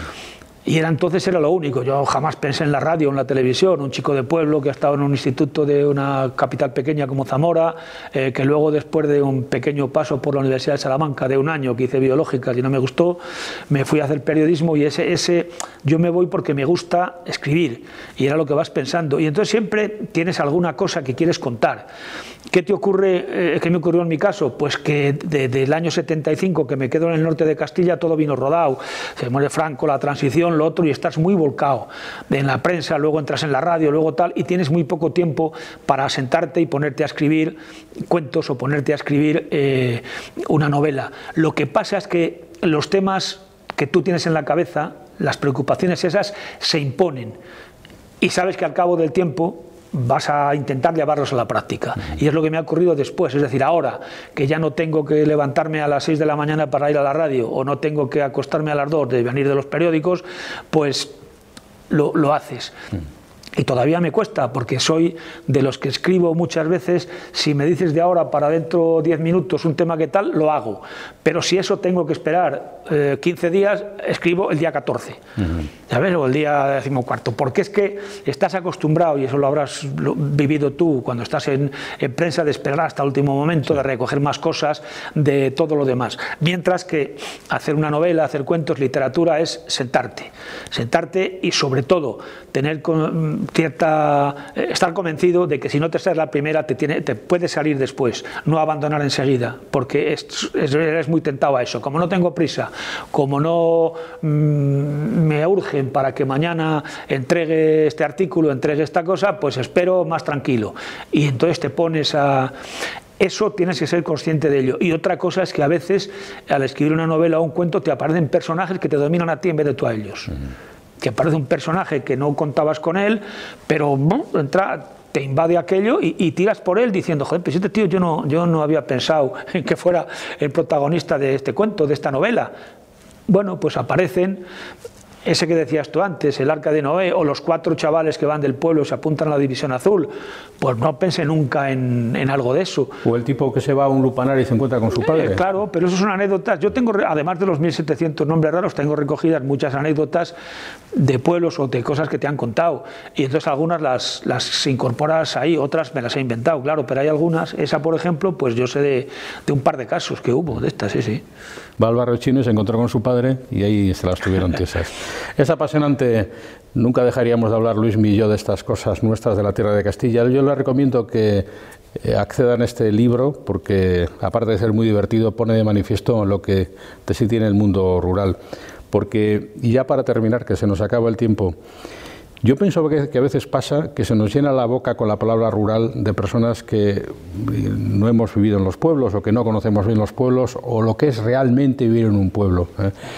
Y entonces era lo único. Yo jamás pensé en la radio o en la televisión. Un chico de pueblo que ha estado en un instituto de una capital pequeña como Zamora, que luego, después de un pequeño paso por la Universidad de Salamanca de un año que hice biológicas y no me gustó, me fui a hacer periodismo, y yo me voy porque me gusta escribir y era lo que vas pensando. Y entonces siempre tienes alguna cosa que quieres contar. ¿Qué te ocurre? ¿Qué me ocurrió en mi caso? Pues que del año 75, que me quedo en el norte de Castilla, todo vino rodado. Se muere Franco, la transición, lo otro, y estás muy volcado en la prensa, luego entras en la radio, luego tal, y tienes muy poco tiempo para sentarte y ponerte a escribir cuentos o ponerte a escribir una novela. Lo que pasa es que los temas que tú tienes en la cabeza, las preocupaciones esas, se imponen. Y sabes que al cabo del tiempo vas a intentar llevarlos a la práctica. Y es lo que me ha ocurrido después. Es decir, ahora que ya no tengo que levantarme a las 6 de la mañana para ir a la radio, o no tengo que acostarme a las 2 de venir de los periódicos, pues lo haces. Y todavía me cuesta, porque soy de los que escribo muchas veces. Si me dices de ahora para dentro 10 minutos un tema que tal, lo hago. Pero si eso tengo que esperar 15 días, escribo el día 14, ¿sabes? O el día 14. Porque es que estás acostumbrado, y eso lo habrás vivido tú cuando estás en prensa, de esperar hasta el último momento, de recoger más cosas, de todo lo demás. Mientras que hacer una novela, hacer cuentos, literatura, es sentarte y sobre todo tener estar convencido de que si no te sales la primera, te puede salir después, no abandonar enseguida, porque eres muy tentado a eso. Como no tengo prisa, como no me urgen para que mañana entregue este artículo, entregue esta cosa, pues espero más tranquilo. Y entonces te pones a... Eso tienes que ser consciente de ello. Y otra cosa es que a veces, al escribir una novela o un cuento, te aparecen personajes que te dominan a ti en vez de tú a ellos. Que aparece un personaje que no contabas con él, pero te invade aquello y tiras por él diciendo, joder, pues este tío yo no había pensado en que fuera el protagonista de este cuento, de esta novela. Bueno, pues aparecen. ese que decías tú antes, el Arca de Noé, o los 4 chavales que van del pueblo y se apuntan a la División Azul, pues no pensé nunca en algo de eso. O el tipo que se va a un lupanar y se encuentra con su padre. Claro, pero eso son anécdotas. Yo tengo, además de los 1700 nombres raros, tengo recogidas muchas anécdotas de pueblos o de cosas que te han contado. Y entonces algunas las incorporas ahí, otras me las he inventado, claro, pero hay algunas, esa por ejemplo, pues yo sé de un par de casos que hubo de estas, sí. Va al barrio chino y se encontró con su padre y ahí se las tuvieron tiesas. Es apasionante, nunca dejaríamos de hablar Luismi y yo de estas cosas nuestras de la tierra de Castilla. Yo les recomiendo que accedan a este libro porque, aparte de ser muy divertido, pone de manifiesto lo que de sí tiene el mundo rural. Porque, y ya para terminar, que se nos acaba el tiempo, yo pienso que a veces pasa que se nos llena la boca con la palabra rural de personas que no hemos vivido en los pueblos o que no conocemos bien los pueblos o lo que es realmente vivir en un pueblo.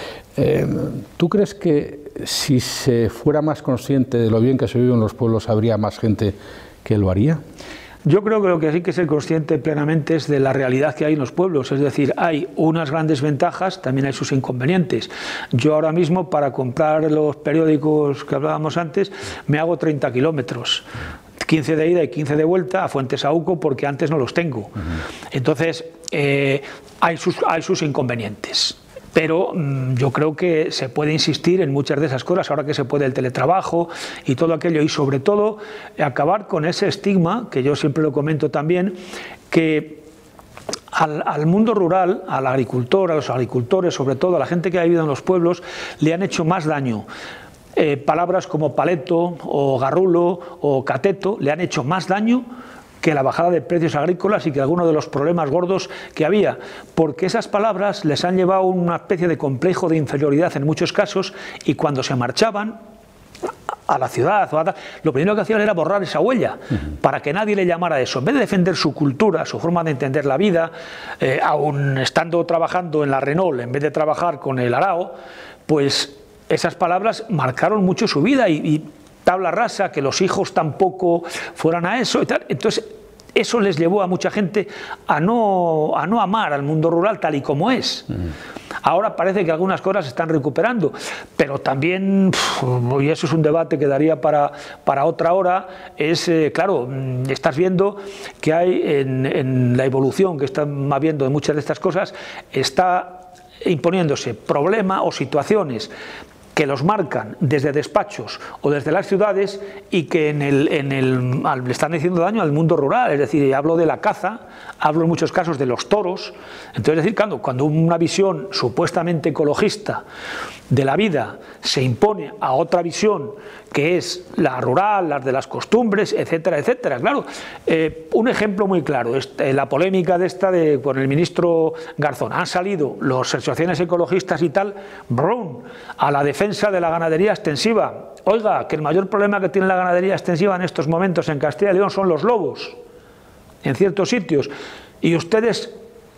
¿Tú crees que si se fuera más consciente de lo bien que se vive en los pueblos habría más gente que lo haría? Yo creo que lo que sí que ser consciente plenamente es de la realidad que hay en los pueblos, es decir, hay unas grandes ventajas, también hay sus inconvenientes. Yo ahora mismo, para comprar los periódicos que hablábamos antes, me hago 30 kilómetros, 15 de ida y 15 de vuelta a Fuentesauco, porque antes no los tengo. Entonces, hay sus inconvenientes. Pero yo creo que se puede insistir en muchas de esas cosas, ahora que se puede el teletrabajo y todo aquello, y sobre todo acabar con ese estigma, que yo siempre lo comento también, que al mundo rural, al agricultor, a los agricultores, sobre todo a la gente que ha vivido en los pueblos, le han hecho más daño. Palabras como paleto o garrulo o cateto le han hecho más daño que la bajada de precios agrícolas y que algunos de los problemas gordos que había, porque esas palabras les han llevado a una especie de complejo de inferioridad en muchos casos, y cuando se marchaban a la ciudad, lo primero que hacían era borrar esa huella, para que nadie le llamara eso. En vez de defender su cultura, su forma de entender la vida, aún estando trabajando en la Renault, en vez de trabajar con el arao, pues esas palabras marcaron mucho su vida y tabla rasa, que los hijos tampoco fueran a eso y tal. Entonces eso les llevó a mucha gente a no amar al mundo rural tal y como es. Ahora parece que algunas cosas se están recuperando, pero también, y eso es un debate que daría para otra hora, es, claro, estás viendo que hay en la evolución que están habiendo de muchas de estas cosas, está imponiéndose problema o situaciones que los marcan desde despachos o desde las ciudades y que le están haciendo daño al mundo rural. Es decir, hablo de la caza, hablo en muchos casos de los toros. Entonces, es decir, cuando una visión supuestamente ecologista de la vida se impone a otra visión que es la rural, las de las costumbres, etcétera, etcétera. Claro, un ejemplo muy claro, la polémica con el ministro Garzón. Han salido las asociaciones ecologistas y tal, ¡brum!, a la defensa de la ganadería extensiva. Oiga, que el mayor problema que tiene la ganadería extensiva en estos momentos en Castilla y León son los lobos, en ciertos sitios, y ustedes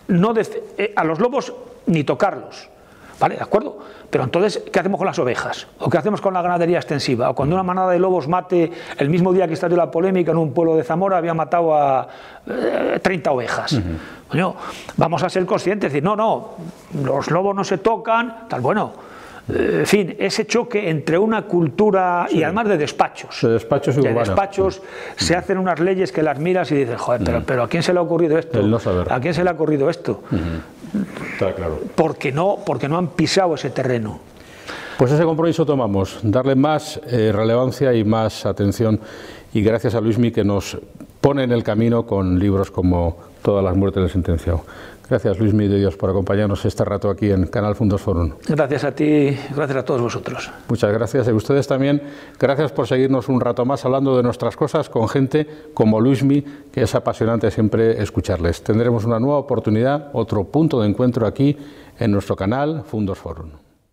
a los lobos ni tocarlos. Vale, de acuerdo, pero entonces, ¿qué hacemos con las ovejas? ¿O qué hacemos con la ganadería extensiva? O cuando una manada de lobos mate, el mismo día que estalló la polémica en un pueblo de Zamora, había matado a 30 ovejas. Coño, vamos a ser conscientes, decir, no, los lobos no se tocan, tal, bueno. En fin, ese choque entre una cultura y además de despachos. De despachos y urbanos. De despachos se hacen unas leyes que las miras y dices, joder, pero ¿a quién se le ha ocurrido esto? El no saber. ¿A quién se le ha ocurrido esto? Está claro. Porque no han pisado ese terreno. Pues ese compromiso tomamos, darle más relevancia y más atención, y gracias a Luismi, que nos pone en el camino con libros como Todas las muertes del sentenciado. Gracias, Luismi de Dios, por acompañarnos este rato aquí en Canal Fundos Forum. Gracias a ti, gracias a todos vosotros. Muchas gracias, y ustedes también. Gracias por seguirnos un rato más hablando de nuestras cosas con gente como Luismi, que es apasionante siempre escucharles. Tendremos una nueva oportunidad, otro punto de encuentro aquí en nuestro canal Fundos Forum.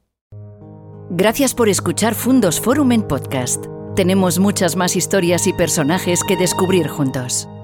Gracias por escuchar Fundos Forum en podcast. Tenemos muchas más historias y personajes que descubrir juntos.